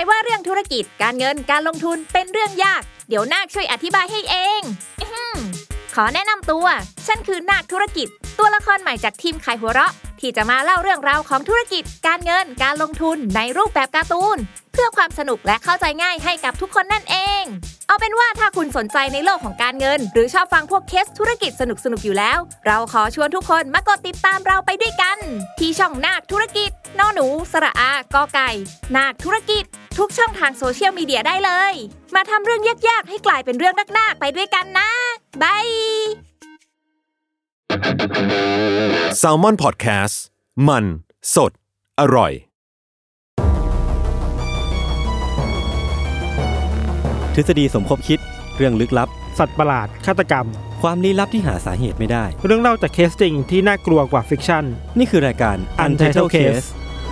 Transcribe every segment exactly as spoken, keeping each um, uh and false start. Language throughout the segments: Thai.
ว่าเรื่องธุรกิจการเงินการลงทุนเป็นเรื่องยากเดี๋ยวนาคช่วยอธิบายให้เองขอแนะนำตัวฉันคือนาคธุรกิจตัวละครใหม่จากทีมขายหัวเราะที่จะมาเล่าเรื่องราวของธุรกิจการเงินการลงทุนในรูปแบบการ์ตูนเพื่อความสนุกและเข้าใจง่ายให้กับทุกคนนั่นเองเอาเป็นว่าถ้าคุณสนใจในโลกของการเงินหรือชอบฟังพวกเคสธุรกิจสนุกๆอยู่แล้วเราขอชวนทุกคนมากดติดตามเราไปด้วยกันที่ช่องนาคธุรกิจนอหนูสระอากอไก่นาคธุรกิจทุกช่องทางโซเชียลมีเดียได้เลยมาทำเรื่องยากๆให้กลายเป็นเรื่องน่าๆไปด้วยกันนะบาย Salmon Podcast มันสดอร่อยทฤษฎีสมคบคิดเรื่องลึกลับสัตว์ประหลาดฆาตกรรมความลี้ลับที่หาสาเหตุไม่ได้เรื่องเล่าจากเคสจริงที่น่ากลัวกว่าฟิกชั่นนี่คือรายการ Untitled Case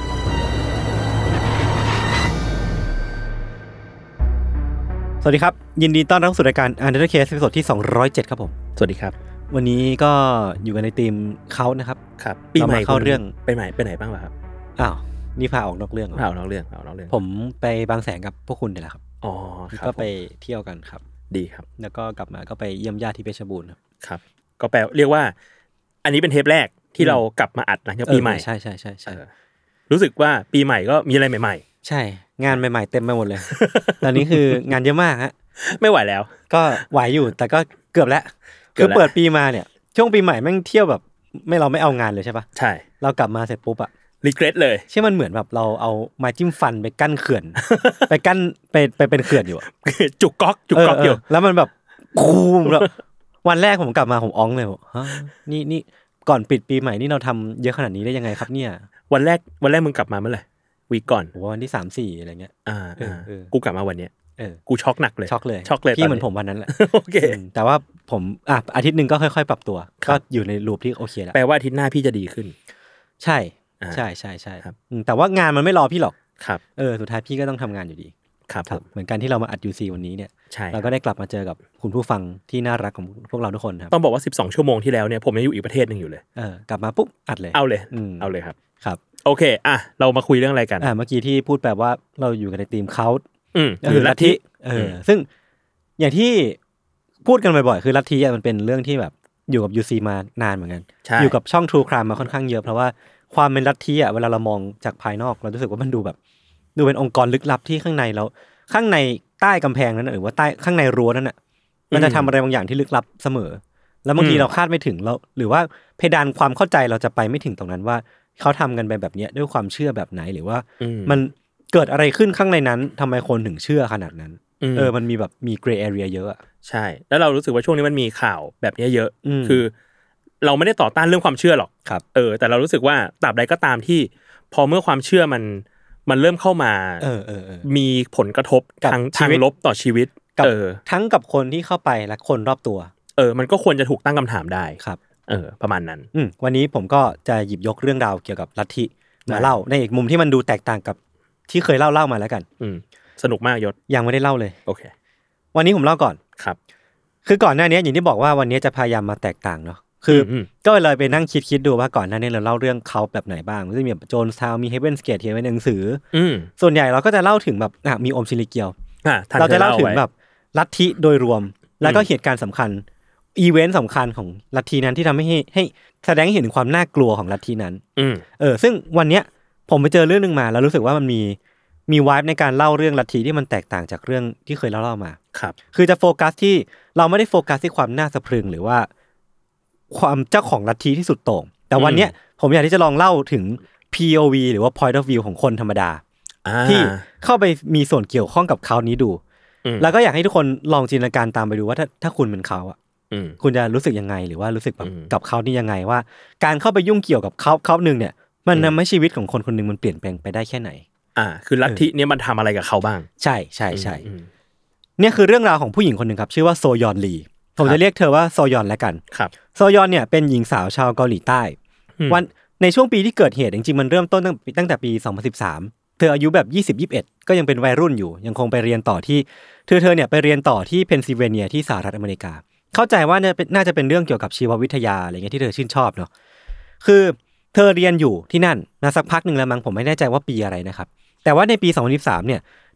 สวัสดีครับยินดีต้อนรับสู่รายการ Untitled Case ตอนที่สองร้อยเจ็ดครับผมสวัสดีครับวันนี้ก็อยู่กันในธีมเขานะครับครับปีใหม่เข้าเรื่องไปไหนไปไหนบ้างล่ะครับอ้าวนี่พาออกนอกเรื่องพาออกนอกเรื่องพาออกนอกเรื่องผมไปบางแสนกับพวกคุณนี่แหละครับอ๋อครับก็ไปเที่ยวกันครับดีครับแล้วก็กลับมาก็ไปเยี่ยมญาติที่เพชรบูรณ์ครับครับก็แปลเรียกว่าอันนี้เป็นเทปแรกที่เรากลับมาอัดหลังจากปีใหม่ใช่ๆๆๆรู้สึกว่าปีใหม่ก็มีอะไรใหม่ๆใช่งานใหม่ๆเต็มไปหมดเลย ตอนนี้คืองานเยอะมากฮะไม่ไหวแล้วก็ไหวอยู่แต่ก็เกือบแล้วคือเปิดปีมาเนี่ยช่วงปีใหม่แม่งเที่ยวแบบไม่เราไม่เอางานเลยใช่ปะใช่เรากลับมาเสร็จปุ๊บอะรีเกรทเลยใช่มันเหมือนแบบเราเอาไม้จิ้มฟันไปกั้นเขื่อน ไปกั้นไปไปเป็นเขื่อนอยู่อะจุกก๊อกจุกก๊อกอยู่แล้วมันแบบคูมแบบวันแรกผมกลับมาผมอ้องเลยฮะนี่นี่ก่อนปิดปีใหม่นี่เราทำเยอะขนาดนี้ได้ยังไงครับเนี่ยวันแรกวันแรกมึงกลับมาเมื่อไหร่วีก่อนวันที่สามสี่อะไรเงี้ยอ่ากูกลับมาวันเนี้ยเออกูช็อกหนักเลยช็อกเลยช็อกเลยพี่เหมือนผมวันนั้นแหละโอเคแต่ว่าผมอ่ะอาทิตย์นึงก็ค่อยๆปรับตัวก็อยู่ในรูปที่โอเคแล้วแปลว่าอาทิตย์หน้าพี่จะดีขึ้นใช่ใช่ใช่ใช่ครับแต่ว่างานมันไม่รอพี่หรอกครับเออสุดท้ายพี่ก็ต้องทำงานอยู่ดีครับเหมือนกันที่เรามาอัด ยู ซี วันนี้เนี่ยเราก็ได้กลับมาเจอกับคุณผู้ฟังที่น่ารักของพวกเราทุกคนครับต้องบอกว่าสิบสองชั่วโมงที่แล้วเนี่ยผมยังอยู่อีกประเทศนึงอยู่เลยเออกลับมาปุ๊บอัดเลยเอาเลยเอาเลยครับครับโอเคอ่ะเรามาคุยเรื่องอะไรกันอ่าเมื่อกี้ที่พูดแบบว่าเราอยู่กันในทีมเค้าอืมคือลัทธิเออซึ่งอย่างที่พูดกันบ่อยๆคือลัทธิมันเป็นเรื่องที่แบบอยู่กับ ยู ซี มานานเหมือนกันอยู่กับช่อง True Crime มาค่อนข้างเยอะเพราะว่าความเป็นลัทธิอ่ะเวลาเรามองจากภายนอกเรารู้สึกว่ามันดูแบบดูเป็นองค์กรลึกลับที่ข้างในเราข้างในใต้กำแพงนั้นหรือว่าใต้ข้างในรั้วนั้นน่ะมันจะทำอะไรบางอย่างที่ลึกลับเสมอแล้วบางทีเราคาดไม่ถึงแล้วหรือว่าเพดานความเข้าใจเราจะไปไม่ถึงตรงนั้นว่าเขาทำกันไปแบบนี้ด้วยความเชื่อแบบไหนหรือว่ามันเกิดอะไรขึ้นข้างในนั้นทำไมคนถึงเชื่อขนาดนั้นเออมันมีแบบมี gray area เยอะใช่แล้วเรารู้สึกว่าช่วงนี้มันมีข่าวแบบนี้เยอะคือเราไม่ได้ต่อต้านเรื่องความเชื่อหรอกเออแต่เรารู้สึกว่าตราบใดก็ตามที่พอเมื่อความเชื่อมันมันเริ่มเข้ามาเออเออมีผลกระทบทางทางลบต่อชีวิตเออทั้งกับคนที่เข้าไปและคนรอบตัวเออมันก็ควรจะถูกตั้งคำถามได้ครับเออประมาณนั้นอืมวันนี้ผมก็จะหยิบยกเรื่องราวเกี่ยวกับลัทธิมาเล่าในอีกมุมที่มันดูแตกต่างกับที่เคยเล่าเล่ามาแล้วกันอืมสนุกมากยศยังไม่ได้เล่าเลยโอเควันนี้ผมเล่าก่อนครับคือก่อนหน้านี้อย่างที่บอกว่าวันนี้จะพยายามมาแตกต่างเนาะคือก็เลยไปนั่งคิดๆดูว่าก่อนหน้านี้เราเล่าเรื่องเขาแบบไหนบ้างมันจะมีแบบโจนส์ทาวน์มีเฮเว่นส์เกตเขียนไว้ในหนังสือส่วนใหญ่เราก็จะเล่าถึงแบบอ่ะมีอมชิลิเกียวเราจะเล่าถึงแบบลัทธิโดยรวมแล้วก็เหตุการณ์สำคัญอีเวนต์สำคัญของลัทธินั้นที่ทำให้ให้แสดงให้เห็นความน่ากลัวของลัทธินั้นเออซึ่งวันเนี้ยผมไปเจอเรื่องนึงมาแล้วรู้สึกว่ามันมีมีไวบ์ในการเล่าเรื่องลัทธิที่มันแตกต่างจากเรื่องที่เคยเล่าเล่ามาครับคือจะโฟกัสที่เราไม่ได้โฟกัสที่ความน่าสะพรึงหรือว่าความเจ้าของลัทธิที่สุดโต่งแต่วันเนี้ยผมอยากที่จะลองเล่าถึง พี โอ วี หรือว่า point of view ของคนธรรมดาที่เข้าไปมีส่วนเกี่ยวข้องกับเขานี้ดูแล้วก็อยากให้ทุกคนลองจินตนาการตามไปดูว่าถ้าถ้าคุณเป็นเขาอ่ะคุณจะรู้สึกยังไงหรือว่ารู้สึกแบบกับเขานี่ยังไงว่าการเข้าไปยุ่งเกี่ยวกับเขาเขาหนึ่งเนี่ยมันทำให้ชีวิตของคนคนนึงมันเปลี่ยนแปลงไปได้แค่ไหนอ่าคือลัทธิเนี่ยมันทำอะไรกับเขาบ้างใช่ใช่ใช่เนี่ยคือเรื่องราวของผู้หญิงคนหนึ่งครับชื่อว่าโซยอนลีผมจะเรียกเธอว่าโซยอนแล้วกันครับโซยอนเนี่ยเป็นหญิงสาวชาวเกาหลีใต้วันในช่วงปีที่เกิดเหตุจริงๆมันเริ่มต้นตั้งตั้งแต่ปีสองพันสิบสามเธออายุแบบยี่สิบ ยี่สิบเอ็ดก็ยังเป็นวัยรุ่นอยู่ยังคงไปเรียนต่อที่เธอเธอเนี่ยไปเรียนต่อที่เพนซิลเวเนียที่สหรัฐอเมริกาเข้าใจว่าเนี่ยน่าจะเป็นเรื่องเกี่ยวกับชีววิทยาอะไรเงี้ยที่เธอชื่นชอบเนาะคือเธอเรียนอยู่ที่นั่นนะสักพักนึงแล้วมั้งผมไม่แน่ใจว่าปีอะไรนะครับแต่ว่าในปีสองพันสิบสามเนี่ย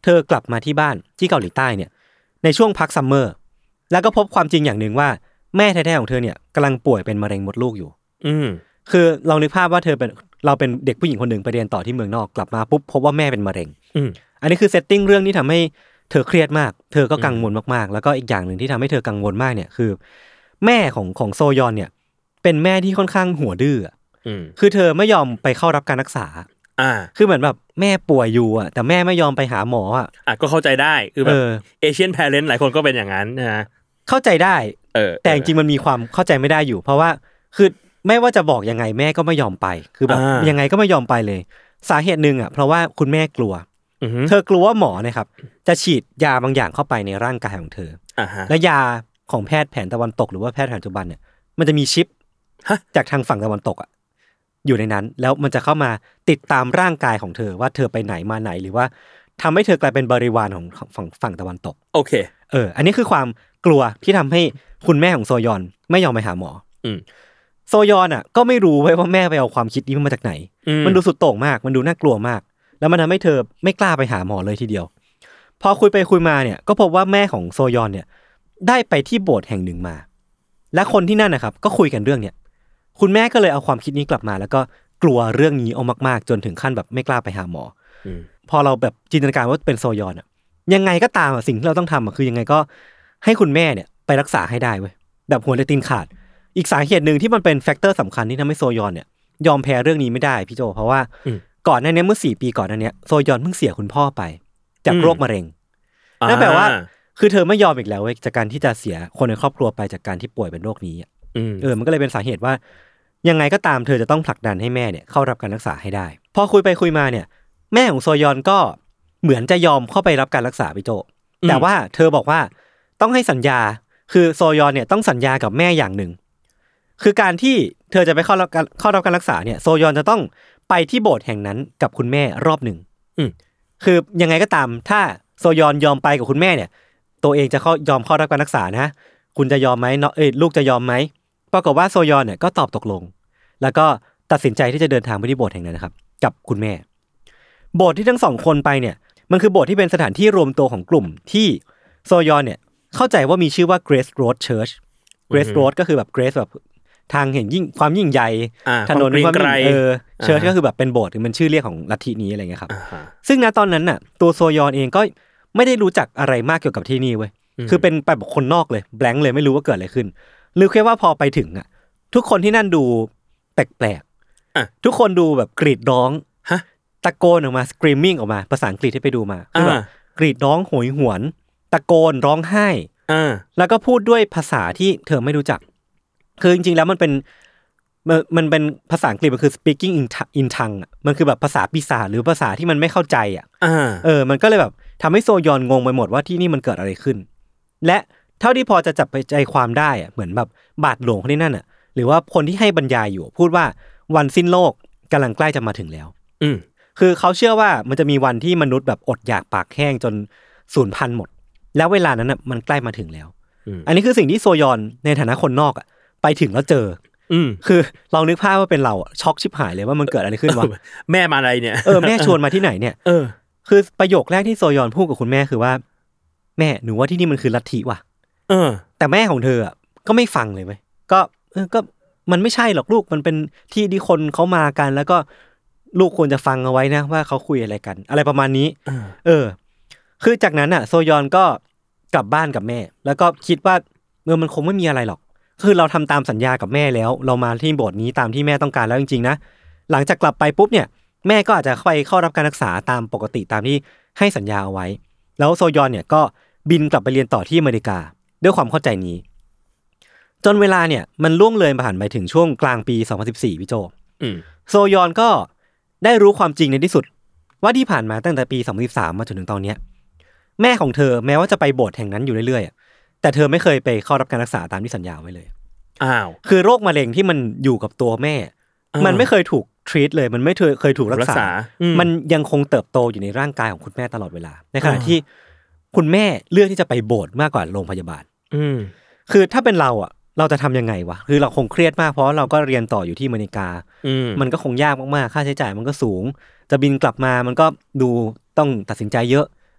เธอกลับมาที่บ้านที่เกาหลีใต้เนี่ยในช่วงพักซัมเมอร์แล้วก็พบความจริงอย่างหนึ่งว่าแม่แท้ๆของเธอเนี่ยกำลังป่วยเป็นมะเร็งมดลูกอยู่อืมคือลองนึกภาพว่าเธอเป็นเราเป็นเด็กผู้หญิงคนหนึ่งไปเรียนต่อที่เมืองนอกกลับมาปุ๊บพบว่าแม่เป็นมะเร็งอืมอันนี้คือเซตติ้งเรื่องที่ทำให้เธอเครียดมากเธอก็กังวลมากๆแล้วก็อีกอย่างหนึ่งที่ทำให้เธอกังวลมากเนี่ยคือแม่ของของโซยอนเนี่ยเป็นแม่ที่ค่อนข้างหัวดื้อคือเธอไม่ยอมไปเข้ารับการรักษาอ่าคือเหมือนแบบแม่ป่วยอยู่อ่ะแต่แม่ไม่ยอมไปหาหมออ่ะอ่ะก็เข้าใจได้คือแบบเอเชียนแพเรนต์หลายคนก็เป็นอย่างนั้นนะเข้าใจได้เออแต่จริงๆมันมีความเข้าใจไม่ได้อยู่เพราะว่าคือไม่ว่าจะบอกยังไงแม่ก็ไม่ยอมไปคือแบบยังไงก็ไม่ยอมไปเลยสาเหตุหนึ่งอ่ะเพราะว่าคุณแม่กลัวเธอกลัวว่าหมอเนี่ยครับจะฉีดยาบางอย่างเข้าไปในร่างกายของเธอและยาของแพทย์แผนตะวันตกหรือว่าแพทย์แผนปัจจุบันเนี่ยมันจะมีชิปจากทางฝั่งตะวันตกอ่ะอยู่ในนั้นแล้วมันจะเข้ามาติดตามร่างกายของเธอว่าเธอไปไหนมาไหนหรือว่าทำให้เธอกลายเป็นบริวารของฝั่งฝั่งตะวันตกโอเคเอออันนี้คือความกลัวที่ทำให้คุณแม่ของโซยอนไม่ยอมไปหาหมออืมโซยอนอ่ะก็ไม่รู้ไว้ว่าแม่ไปเอาความคิดนี้มาจากไหนมันดูสุดโต่งมากมันดูน่ากลัวมากแล้วมันทำให้เธอไม่กล้าไปหาหมอเลยทีเดียวพอคุยไปคุยมาเนี่ยก็พบว่าแม่ของโซยอนเนี่ยได้ไปที่โบสถ์แห่งหนึ่งมาและคนที่นั่นนะครับก็คุยกันเรื่องเนี่ยคุณแม่ก็เลยเอาความคิดนี้กลับมาแล้วก็กลัวเรื่องนี้เอามากๆจนถึงขั้นแบบไม่กล้าไปหาหมอพอเราแบบจินตนาการว่าเป็นโซยอนอ่ะยังไงก็ตามอ่ะสิ่งที่เราต้องทำอ่ะคือยังไงก็ให้คุณแม่เนี่ยไปรักษาให้ได้เว้ยแบบหัวเลยตีนขาดอีกสาเหตุหนึ่งที่มันเป็นแฟกเตอร์สำคัญที่ทำให้โซยอนเนี่ยยอมแพ้เรื่องนี้ไม่ได้พี่โจเพราะว่าก่อนหน้านี้เมื่อสี่ปีก่อนหน้านี้โซยอนเพิ่งเสียคุณพ่อไปจากโรคมะเร็งนั่นแปลว่าคือเธอไม่ยอมอีกแล้วเว้ยจากการที่จะเสียคนในครอบครัวไปจากการที่ป่วยเป็นโรคนี้เออมันก็เลยเป็นสาเหตุว่ายังไงก็ตามเธอจะต้องผลักดันให้แม่เนี่ยเข้ารับการรักษาให้ได้พอคุยไปคุยมาเนี่ยแม่ของโซยอนก็เหมือนจะยอมเข้าไปรับการรักษาพี่โจแต่ว่าเธอบอกว่าต้องให้สัญญาคือโซยอนเนี่ยต้องสัญญากับแม่อย่างหนึ่งคือการที่เธอจะไปเข้ารับการเข้ารับการรักษาเนี่ยโซยอนจะต้องไปที่โบสถ์แห่งนั้นกับคุณแม่รอบหนึ่งคือยังไงก็ตามถ้าโซยอนยอมไปกับคุณแม่เนี่ยตัวเองจะเข้ายอมเข้ารับการรักษานะคุณจะยอมไหมเนาะเอ้ยลูกจะยอมไหมปรากฏว่าโซยอนเนี่ยก็ตอบตกลงแล้วก็ตัดสินใจที่จะเดินทางไปที่โบสถ์แห่งนั้นนะครับกับคุณแม่โบสถ์ที่ทั้งสองคนไปเนี่ยมันคือโบสถ์ที่เป็นสถานที่รวมตัวของกลุ่มที่โซยอนเนี่ยเข้าใจว่ามีชื่อว่า Grace Road Church Grace Road ก็คือแบบ Grace แบบทางเห็นยิ่งความยิ่งใหญ่ถนนความยิ่งเออ Church ก็คือแบบเป็นโบสถ์มันชื่อเรียกของลัทธินี้อะไรเงี้ยครับซึ่งณตอนนั้นน่ะตัวโซยอนเองก็ไม่ได้รู้จักอะไรมากเกี่ยวกับที่นี่เว้ยคือเป็นไปแบบคนนอกเลยแบงค์เลยไม่รู้ว่าเกิดอะไรขึ้นหรือแค่ว่าพอไปถึงอ่ะทุกคนที่นั่นดูแปลกๆทุกคนดูแบบกรีดร้องตะโกนออกมา screaming ออกมาภาษาอังกฤษที่ไปดูมาคือแบบกรีดร้องโหยหวนตะโกนร้องไห้แล้วก็พูดด้วยภาษาที่เธอไม่รู้จักคือจริงๆแล้วมันเป็นมันเป็นภาษาอังกฤษมันคือ speaking in in tongue อ่ะมันคือแบบภาษาปีศาจหรือภาษาที่มันไม่เข้าใจอ่ะเออมันก็เลยแบบทำให้โซยอนงงไปหมดว่าที่นี่มันเกิดอะไรขึ้นและเท่าที่พอจะจับไปใจความได้อ่ะเหมือนแบบบาทหลวงคนที่นั่นอ่ะหรือว่าคนที่ให้บรรยายอยู่พูดว่าวันสิ้นโลกกำลังใกล้จะมาถึงแล้วอืมคือเขาเชื่อว่ามันจะมีวันที่มนุษย์แบบอดอยากปากแห้งจนสูญพันธุ์หมดแล้วเวลานั้นอ่ะมันใกล้มาถึงแล้วอันนี้คือสิ่งที่โซยอนในฐานะคนนอกอ่ะไปถึงแล้วเจออืมคือลองนึกภาพว่าเป็นเราช็อกชิบหายเลยว่ามันเกิดอะไรขึ้นวะแม่มาอะไรเนี่ยเออแม่ชวนมาที่ไหนเนี่ยเออคือประโยคแรกที่โซยอนพูดกับคุณแม่คือว่าแม่หนูว่าที่นี่มันคือลัทธิว่ะเออแต่แม่ของเธออ่ะก็ไม่ฟังเลยเว้ยก็เออก็มันไม่ใช่หรอกลูกมันเป็นที่ที่คนเขามากันแล้วก็ลูกควรจะฟังเอาไว้นะว่าเขาคุยอะไรกันอะไรประมาณนี้เออคือจากนั้นอ่ะโซยอนก็กลับบ้านกับแม่แล้วก็คิดว่าเออมันคงไม่มีอะไรหรอกคือเราทำตามสัญญากับแม่แล้วเรามาที่โบสถ์นี้ตามที่แม่ต้องการแล้วจริงๆนะหลังจากกลับไปปุ๊บเนี่ยแม่ก็อาจจะไปเข้ารับการรักษาตามปกติตามที่ให้สัญญาเอาไว้แล้วโซยอนเนี่ยก็บินกลับไปเรียนต่อที่อเมริกาด้วยความเข้าใจนี้จนเวลาเนี่ยมันล่วงเลยผ่านไปถึงช่วงกลางปีสองพันสิบสี่พี่โจโซยอนก็ได้รู้ความจริงในที่สุดว่าที่ผ่านมาตั้งแต่ปีสองพันสิบสามมาจนถึงตอนนี้แม่ของเธอแม้ว่าจะไปโบสถ์แห่งนั้นอยู่เรื่อยๆแต่เธอไม่เคยไปเข้ารับการรักษาตามที่สัญญาไว้เลยอ้าวคือโรคมะเร็งที่มันอยู่กับตัวแม่มันไม่เคยถูกทรีตเลยมันไม่เคยถูกรักษามันยังคงเติบโตอยู่ในร่างกายของคุณแม่ตลอดเวลาในขณะที่คุณแม่เลือกที่จะไปโบสถ์มากกว่าโรงพยาบาลคือถ้าเป็นเราอ่ะเราจะทำยังไงวะคือเราคงเครียดมากเพราะเราก็เรียนต่ออยู่ที่อเมริกามันก็คงยากมากๆค่าใช้จ่ายมันก็สูงจะบินกลับมามันก็ดูต้องตัดสินใจเยอะ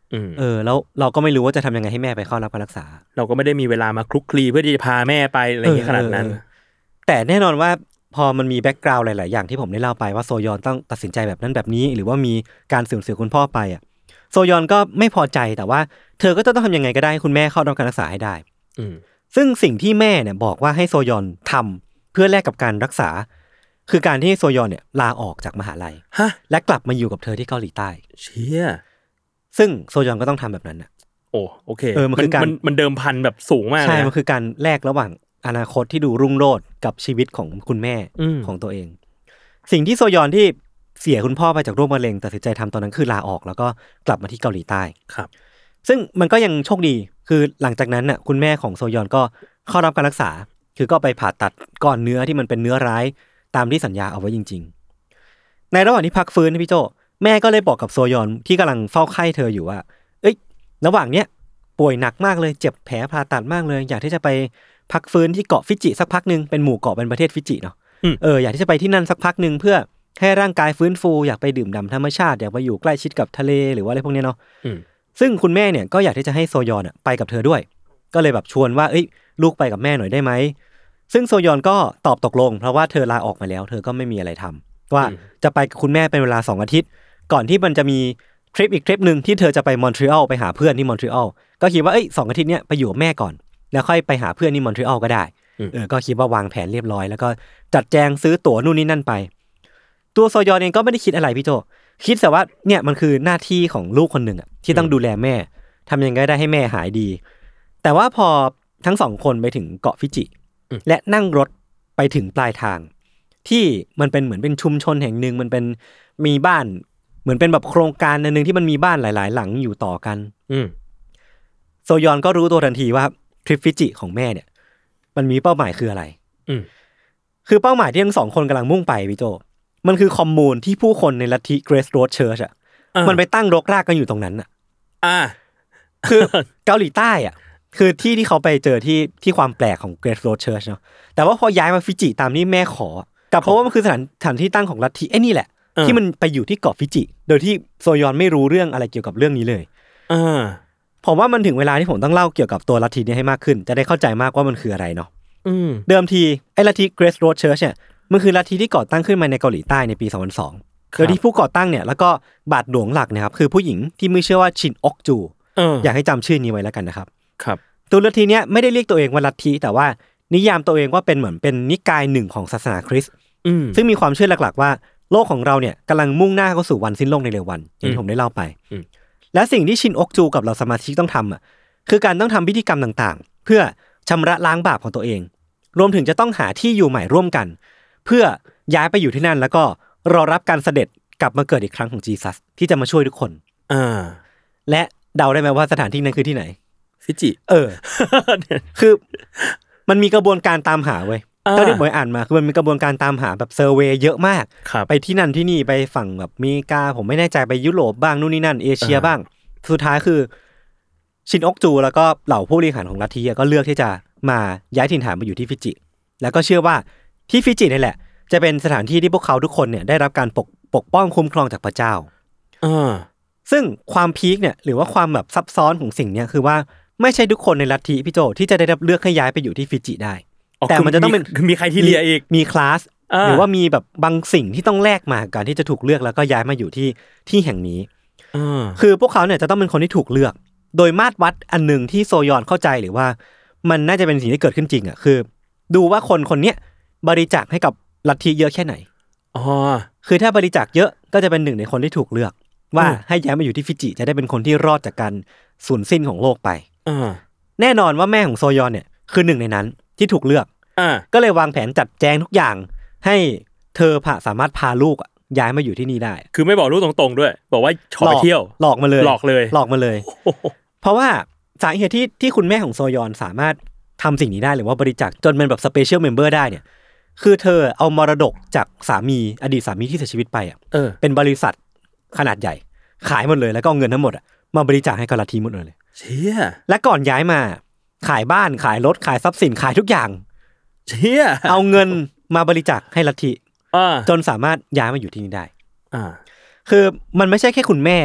เออแล้วเราก็ไม่รู้ว่าจะทำยังไงให้แม่ไปเข้ารับการรักษาเราก็ไม่ได้มีเวลามาคลุกคลีเพื่อที่จะพาแม่ไปอะไรอย่างเงี้ยขนาดนั้นแต่แน่นอนว่าพอมันมีแบ็กกราวด์หลายๆอย่างที่ผมได้เล่าไปว่าโซยอนต้องตัดสินใจแบบนั้นแบบนี้หรือว่ามีการสูญเสียคุณพ่อไปอ่ะโซยอนก็ไม่พอใจแต่ว่าเธอก็ต้องทำยังไงก็ได้ให้คุณแม่เข้ารับการรักษาให้ได้ซึ่งสิ่งที่แม่เนี่ยบอกว่าให้โซยอนทำเพื่อแลกกับการรักษาคือการที่โซยอนเนี่ยลาออกจากมหาลัยและกลับมาอยู่กับเธอที่เกาหลีใต้เชี่ยซึ่งโซยอนก็ต้องทำแบบนั้นอ่ะโอ้โอเคเออมันคือการมันเดิมพันแบบสูงมากเลยใช่มันคือการแลกระหว่างอนาคตที่ดูรุ่งโรจน์กับชีวิตของคุณแม่ของตัวเองสิ่งที่โซยอนที่เสียคุณพ่อไปจากโรคมะเร็งตัดสินใจทำตอนนั้นคือลาออกแล้วก็กลับมาที่เกาหลีใต้ครับซึ่งมันก็ยังโชคดีคือหลังจากนั้นน่ะคุณแม่ของโซยอนก็เข้ารับการรักษาคือก็ไปผ่าตัดก้อนเนื้อที่มันเป็นเนื้อร้ายตามที่สัญญาเอาไว้จริงๆในระหว่างที่พักฟื้นพี่โจแม่ก็เลยบอกกับโซยอนที่กำลังเฝ้าไข้เธออยู่ว่าเอ้ยระหว่างเนี้ยป่วยหนักมากเลยเจ็บแผลผ่าตัดมากเลยอยากที่จะไปพักฟื้นที่เกาะฟิจิสักพักนึงเป็นหมู่เกาะเป็นประเทศฟิจิเนาะเอออยากที่จะไปที่นั่นสักพักนึงเพื่อให้ร่างกายฟื้นฟูอยากไปดื่มด่ำธรรมชาติอยากไปอยู่ใกล้ชิดกับทะเลหรือว่าอะไรพวกนี้เนาะซึ่งคุณแม่เนี่ยก็อยากที่จะให้โซยอนไปกับเธอด้วยก็เลยแบบชวนว่าเอ้ยลูกไปกับแม่หน่อยได้ไหมซึ่งโซยอนก็ตอบตกลงเพราะว่าเธอลาออกมาแล้วเธอก็ไม่มีอะไรทำว่าจะไปกับคุณแม่เป็นเวลาสองอาทิตย์ก่อนที่มันจะมีทริปอีกทริปนึงที่เธอจะไปมอนทรีออลไปหาเพื่อนที่มอนทรีออลก็คิดว่าเอ้ยสองอาทิตย์เนี้ยไปอยู่กับแม่ก่อนแล้วค่อยไปหาเพื่อนที่มอนทรีออลก็ได้เออก็คิดว่าวางแผนเรียบร้อยแล้วก็จัดแจงซื้อตั๋วนู่นนี่นั่นไปตัวโซยอนเองก็ไม่ได้คิดอะไรพี่โจคิดแต่ว่าเนี่ยมันคือหน้าที่ของลูกคนหนึ่งอ่ะที่ต้องดูแลแม่ทำยังไงได้ให้แม่หายดีแต่ว่าพอทั้งสองคนไปถึงเกาะฟิจิและนั่งรถไปถึงปลายทางที่มันเป็นเหมือนเป็นชุมชนแห่งหนึ่งมันเป็นมีบ้านเหมือนเป็นแบบโครงการนึงที่มันมีบ้านหลายๆหลังอยู่ต่อกันโซยอนก็รู้ตัวทันทีว่าทริปฟิจิของแม่เนี่ยมันมีเป้าหมายคืออะไรคือเป้าหมายที่ทั้งสองคนกำลังมุ่งไปพี่โจมันคือคอมมูนที่ผู้คนในลัทธิ Grace Road Church อ่ะมันไปตั้งรกรากกันอยู่ตรงนั้นอ่ะอ่าคือเกาหลีใต้อ่ะคือที่ที่เขาไปเจอที่ที่ความแปลกของ Grace Road Church เนาะแต่ว่าพอย้ายมาฟิจิตามที่แม่ขอกับเพราะว่ามันคือสถานสถานที่ตั้งของลัทธิไอ้นี่แหละที่มันไปอยู่ที่เกาะฟิจิโดยที่โซยอนไม่รู้เรื่องอะไรเกี่ยวกับเรื่องนี้เลยอ่าผมว่ามันถึงเวลาที่ผมต้องเล่าเกี่ยวกับตัวลัทธินี้ให้มากขึ้นจะได้เข้าใจมากว่ามันคืออะไรเนาะเดิมทีไอ้ลัทธิ Grace Road Church เนี่ยมันคือลัทธิที่ก่อตั้งขึ้นมาในเกาหลีใต้ในปีสองพันสองโดยที่ผู้ก่อตั้งเนี่ยแล้วก็บาทหลวงหลักนะครับคือผู้หญิงที่มีชื่อว่าชินอกจูอ, อยากให้จำชื่อนี้ไว้แล้วกันนะครับครับตัวลัทธิเนี้ยไม่ได้เรียกตัวเองว่าลัทธิแต่ว่านิยามตัวเองว่าเป็นเหมือนเป็นนิกายหนึ่งของศาสนาคริสต์ซึ่งมีความเชื่อหลักๆว่าโลกของเราเนี่ยกำลังมุ่งหน้าเข้าสู่วันสิ้นโลกในเร็ววันอย่างที่ผมได้เล่าไปและสิ่งที่ชินอกจูกับเราสมาชิกต้องทำอ่ะคือการต้องทำพิธีกรรมต่างๆเพื่อชำระล้างบาปของตัวเองรวมถึงจะต้องหาที่อยู่ใหม่ร่วมกันเพื่อย้ายไปอยู่ที่นั่นแล้วก็รอรับการเสด็จกลับมาเกิดอีกครั้งของจีซัสที่จะมาช่วยทุกคนอ่าและเดาได้ไหมว่าสถานที่นั้นคือที่ไหนฟิจิเออ คือมันมีกระบวนการตามหาเว้ยเท่าที่ผมอ่านมาคือมันมีกระบวนการตามหาแบบเซอร์เวย์เยอะมากไปที่นั่นที่นี่ไปฝั่งแบบอเมริกาผมไม่แน่ใจไปยุโรปบ้างนู่นนี่นั่นเอเชียบ้างสุดท้ายคือชินอกจูแล้วก็เหล่าผู้บริหารของลัทธิก็เลือกที่จะมาย้ายถิ่นฐานมาอยู่ที่ฟิจิแล้วก็เชื่อว่าที่ฟิจินี่แหละจะเป็นสถานที่ที่พวกเขาทุกคนเนี่ยได้รับการปกปกป้องคุ้มครองจากพระเจ้าซึ่งความพีคเนี่ยหรือว่าความแบบซับซ้อนของสิ่งนี้คือว่าไม่ใช่ทุกคนในลัทธิพี่โจที่จะได้รับเลือกให้ย้ายไปอยู่ที่ฟิจิได้แต่มันจะต้องเป็นมีใครที่เลียอีกมีคลาสหรือว่ามีแบบบางสิ่งที่ต้องแลกมาการที่จะถูกเลือกแล้วก็ย้ายมาอยู่ที่ที่แห่งนี้คือพวกเขาเนี่ยจะต้องเป็นคนที่ถูกเลือกโดยมาตรวัดอันนึงที่โซยอนเข้าใจหรือว่ามันน่าจะเป็นสิ่งที่เกิดขึ้นจริงอ่ะคือดูว่าคนคนนี้บริจาคให้กับลัทธิเยอะแค่ไหนอ๋อคือถ้าบริจาคเยอะก็จะเป็นหนึ่งในคนที่ถูกเลือกว่าให้ย้ายมาอยู่ที่ฟิจิจะได้เป็นคนที่รอดจากการสูญสิ้นของโลกไปแน่นอนว่าแม่ของโซยอนเนี่ยคือหนึ่งในนั้นที่ถูกเลือกก็เลยวางแผนจัดแจงทุกอย่างให้เธอผ่าสามารถพาลูกย้ายมาอยู่ที่นี่ได้คือไม่บอกลูกตรงๆด้วยบอกว่าขอไปเที่ยวหลอกมาเลยหลอกเลยหลอกมาเลยเพราะว่าสาเหตุที่ที่คุณแม่ของโซยอนสามารถทำสิ่งนี้ได้หรือว่าบริจาคจนเป็นแบบสเปเชียลเมมเบอร์ได้เนี่ยคือเธอเอามรดกจากสามีอดีตสามีที่เสียชีวิตไปอ่ะเออเป็นบริษัทขนาดใหญ่ขายหมดเลยแล้วก็เอาเงินทั้งหมดอ่ะมาบริจาคให้กับลัทธิหมดเลยเชี่ยและก่อนย้ายมาขายบ้านขายรถขายทรัพย์สินขายทุกอย่างเชี่ยเอาเงินมาบริจาคให้ลัทธิจนสามารถย้ายมาอยู่ที่นี่ได้อ่าคือมันไม่ใช่แค่คุณแม่เว้ย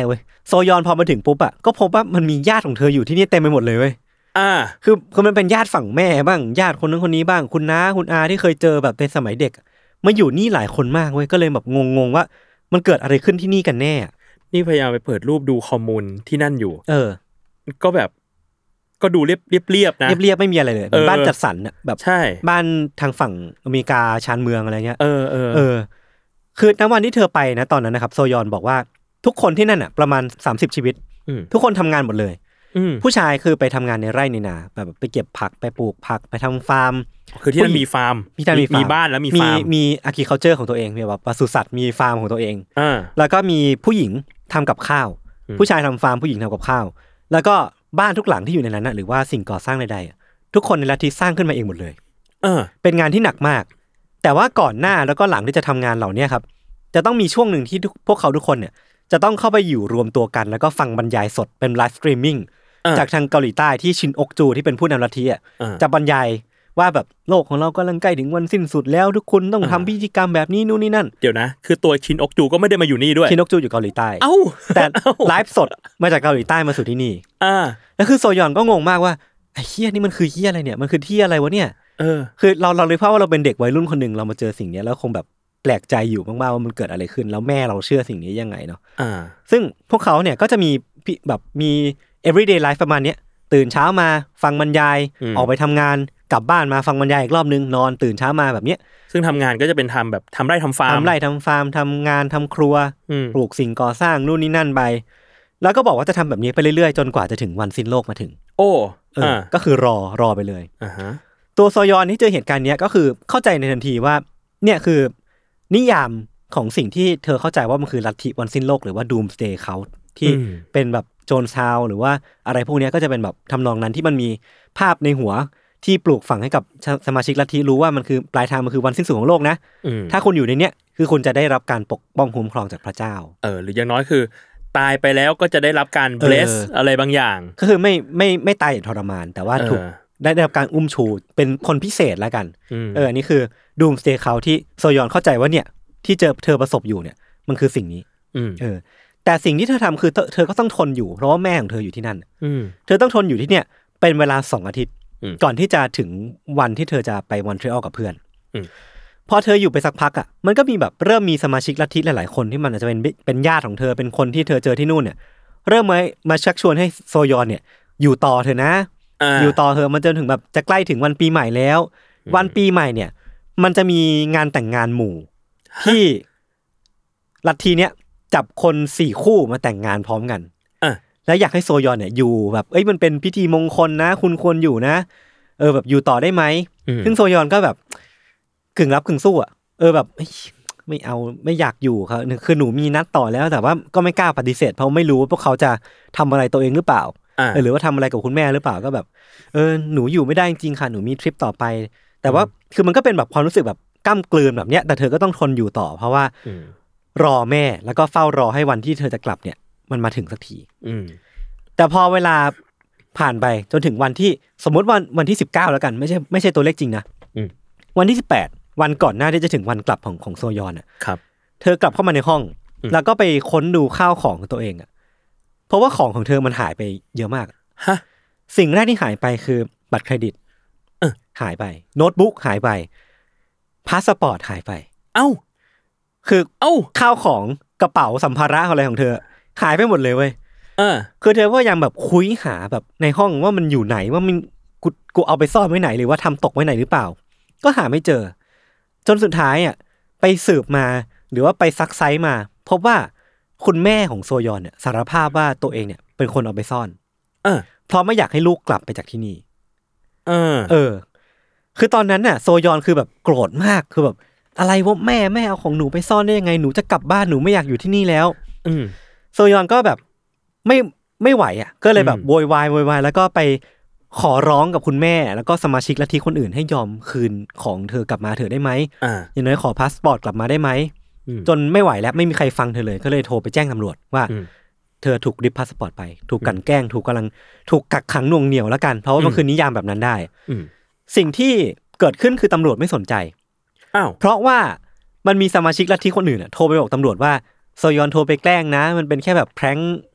โซยอนพอมาถึงปุ๊บอ่ะก็พบว่ามันมีญาติของเธออยู่ที่นี่เต็มไปหมดเลยเว้ยอ่าคือคือมันเป็นญาติฝั่งแม่บ้างญาติคนนั้นคนนี้บ้างคุณน้าคุณอาที่เคยเจอแบบในสมัยเด็กมาอยู่นี่หลายคนมากเว้ยก็เลยแบบงงๆว่ามันเกิดอะไรขึ้นที่นี่กันแน่นี่พยายามไปเปิดรูปดูคอมมูนที่นั่นอยู่เออก็แบบก็ดูเรียบเรียบเรียบนะเรียบเรียบไม่มีอะไรเลยเป็นบ้านจัดสรรอะแบบใช่บ้านทางฝั่งอเมริกาชานเมืองอะไรเงี้ยเออเออเออคือณวันที่เธอไปนะตอนนั้นนะครับโซยอนบอกว่าทุกคนที่นั่นอ่ะประมาณสามสิบชีวิตทุกคนทำงานหมดเลยผู้ชายคือไปทำงานในไร่ในนาแบบไปเก็บผักไปปลูกผักไปทำฟาร์มคือที่นั่นมีฟาร์มมีมีมีบ้านแล้วมีฟาร์มมีอาร์คิคัลเจอร์ของตัวเองมีแบบปศุสัตว์มีฟาร์มของตัวเองอ่าแล้วก็มีผู้หญิงทำกับข้าวผู้ชายทำฟาร์มผู้หญิงทำกับข้าวแล้วก็บ้านทุกหลังที่อยู่ในนั้นนะหรือว่าสิ่งก่อสร้างใดๆทุกคนในลัทธิสร้างขึ้นมาเองหมดเลยเออเป็นงานที่หนักมากแต่ว่าก่อนหน้าแล้วก็หลังที่จะทำงานเหล่านี้ครับจะต้องมีช่วงหนึ่งที่พวกเขาทุกคนเนี่ยจะต้องเข้าไปอยู่รวมตัวกันแล้วก็ฟังบรรยายสดเป็นไลฟ์สตรีมมิ่งจากทางเกาหลีใต้ที่ชินอกจูที่เป็นผู้นำลัทธิอ่ะจะบรรยายว่าแบบโลกของเรากำลังใกล้ถึงวันสิ้นสุดแล้วทุกคนต้องทำพิธีกรรมแบบนี้นู่นนี่นั่นเดี๋ยวนะคือตัวชินอกจูก็ไม่ได้มาอยู่นี่ด้วยชินอกจูอยู่เกาหลีใต้เอ้าแต่ไลฟ์สดมาจากเกาหลีใต้มาสู่ที่นี่อ่าแล้วคือโซยอนก็งงมากว่าไอ้เหี้ยนี่มันคือเหี้ยอะไรเนี่ยมันคือที่อะไรวะเนี่ยเออคือเราเราเลยเพราะว่าเราเป็นเด็กวัยรุ่นคนนึงเรามาเจอสิ่งนี้แล้วคงแบบแปลกใจอยู่มากๆว่ามันเกิดอะไรขึ้นแล้วแม่เราเชื่อสิ่งนี้ยังไงเนาะอ่าซึ่งพวกเขาเนี่ยก็จะมีแบบมี everyday life ประมาณเนี้ยตื่นเช้ามาฟังบรรยายออกไปทำงานกลับบ้านมาฟังบรรยายอีกรอบนึงนอนตื่นเช้ามาแบบเนี้ยซึ่งทำงานก็จะเป็นทำแบบทำไร่ทำฟาร์มทำไร่ทำฟาร์มทำงานทำครัวปลูกสิ่งก่อสร้างนู่นนี่นั่นไปแล้วก็บอกว่าจะทำแบบนี้ไปเรื่อยๆจนกว่าจะถึงวันสิ้นโลกมาถึงโอ้เออก็คือรอรอไปเลยอ่าฮะตัวโซยอนที่เจอเหตุการณ์นี้ก็คือเข้าใจในทันทีว่าเนี่ยคือนิยามของสิ่งที่เธอเข้าใจว่ามันคือลัทธิวันสิ้นโลกหรือว่า Doomsday Cult ที่เป็นแบบโจนซาวหรือว่าอะไรพวกนี้ก็จะเป็นแบบทำนองนั้นที่มันมีภาพในหัวที่ปลูกฝังให้กับสมาชิกลัทธิรู้ว่ามันคือปลายทางมันคือวันสิ้นสุดของโลกนะถ้าคุณอยู่ในเนี้ยคือคุณจะได้รับการปกป้องคุ้มครองจากพระเจ้าเออหรืออย่างน้อยคือตายไปแล้วก็จะได้รับการ bless อะไรบางอย่างก็คือไม่ไม่ไม่ตายอย่างทรมานแต่ว่าถูกได้รับการอุ้มชูเป็นคนพิเศษแล้วกันเอออันนี้คือ Doomsday Cult ที่โซยอนเข้าใจว่าเนี่ยที่เจอเธอประสบอยู่เนี่ยมันคือสิ่งนี้เออแต่สิ่งที่เธอทำคือเธอก็ต้องทนอยู่เพราะว่าแม่ของเธออยู่ที่นั่นเธอต้องทนอยู่ที่เนี่ยเป็นเวลาสองอาทิตย์ก่อนที่จะถึงวันที่เธอจะไปมอนทรีออลกับเพื่อนพอเธออยู่ไปสักพักอ่ะมันก็มีแบบเริ่มมีสมาชิกลัทธิหลายๆคนที่มันอาจจะเป็นเป็นญาติของเธอเป็นคนที่เธอเจอที่นู่นเนี่ยเริ่มมามาชักชวนให้โซยอนเนี่ยอยู่ต่อเธอนะอยู่ต่อเธอมันจนถึงแบบจะใกล้ถึงวันปีใหม่แล้ววันปีใหม่เนี่ยมันจะมีงานแต่งงานหมู่ที่ลัทธิเนี้ยจับคนสี่คู่มาแต่งงานพร้อมกันแล้วอยากให้โซยอนเนี่ยอยู่แบบเอ้ยมันเป็นพิธีมงคลนะคุณควรอยู่นะเออแบบอยู่ต่อได้ไหมซึ่งโซยอนก็แบบกึ่งรับกึ่งสู้อ่ะเออแบบไม่เอาไม่อยากอยู่ครับคือหนูมีนัดต่อแล้วแต่ว่าก็ไม่กล้าปฏิเสธเพราะไม่รู้ว่าพวกเขาจะทำอะไรตัวเองหรือเปล่าหรือว่าทำอะไรกับคุณแม่หรือเปล่าก็แบบเออหนูอยู่ไม่ได้จริงๆค่ะหนูมีทริปต่อไปแต่ว่าคือมันก็เป็นแบบความรู้สึกแบบก้ำกลืนแบบเนี้ยแต่เธอก็ต้องทนอยู่ต่อเพราะว่ารอแม่แล้วก็เฝ้ารอให้วันที่เธอจะกลับเนี่ยมันมาถึงสักทีแต่พอเวลาผ่านไปจนถึงวันที่สมมติวันวันที่สิบเก้าแล้วกันไม่ใช่ไม่ใช่ตัวเลขจริงนะวันที่สิบแปดวันก่อนหน้าที่จะถึงวันกลับของของโซยอนอ่ะครับเธอกลับเข้ามาในห้องแล้วก็ไปค้นดูข้าวของของตัวเองอ่ะเพราะว่าของของเธอมันหายไปเยอะมากฮะสิ่งแรกที่หายไปคือบัตรเครดิตหายไปโน้ตบุ๊กหายไปพาสปอร์ตหายไปเอ้าคือเอ้าข้าวของกระเป๋าสัมภาระอะไรของเธอหายไปหมดเลยเว้ยเออคือเธอพยายามแบบคุยหาแบบในห้องว่ามันอยู่ไหนว่ามันกูกูเอาไปซ่อนไว้ไหนหรือว่าทำตกไว้ไหนหรือเปล่าก็หาไม่เจอจนสุดท้ายอ่ะไปสืบมาหรือว่าไปซักไซส์มาพบว่าคุณแม่ของโซยอนเนี่ยสารภาพว่าตัวเองเนี่ยเป็นคนเอาไปซ่อนเออเพราะไม่อยากให้ลูกกลับไปจากที่นี่เออเออคือตอนนั้นน่ะโซยอนคือแบบโกรธมากคือแบบอะไรวะแม่แม่เอาของหนูไปซ่อนได้ยังไงหนูจะกลับบ้านหนูไม่อยากอยู่ที่นี่แล้วอืมโซยอนก็แบบไม่ไม่ไหวอ่ะก็เลยแบบโวยวายโวยวายแล้วก็ไปขอร้องกับคุณแม่แล้วก็สมาชิกลัทธิคนอื่นให้ยอมคืนของเธอกลับมาเถอะได้ไหมอ่าอย่างน้อยขอพาสปอร์ตกลับมาได้ไหมจนไม่ไหวแล้วไม่มีใครฟังเธอเลยก็เลยโทรไปแจ้งตำรวจว่าเธอถูกริบพาสปอร์ตไปถูกกันแกล้งถูกกำลังถูกกักขังหน่วงเหนี่ยวแล้วกันเพราะว่ามันคือนิยามแบบนั้นได้สิ่งที่เกิดขึ้นคือตำรวจไม่สนใจอ้าวเพราะว่ามันมีสมาชิกลัทธิคนอื่นอ่ะโทรไปบอกตำรวจว่าโซยอนโทรไปแกล้งนะมันเป็นแค่แบบแพร้ง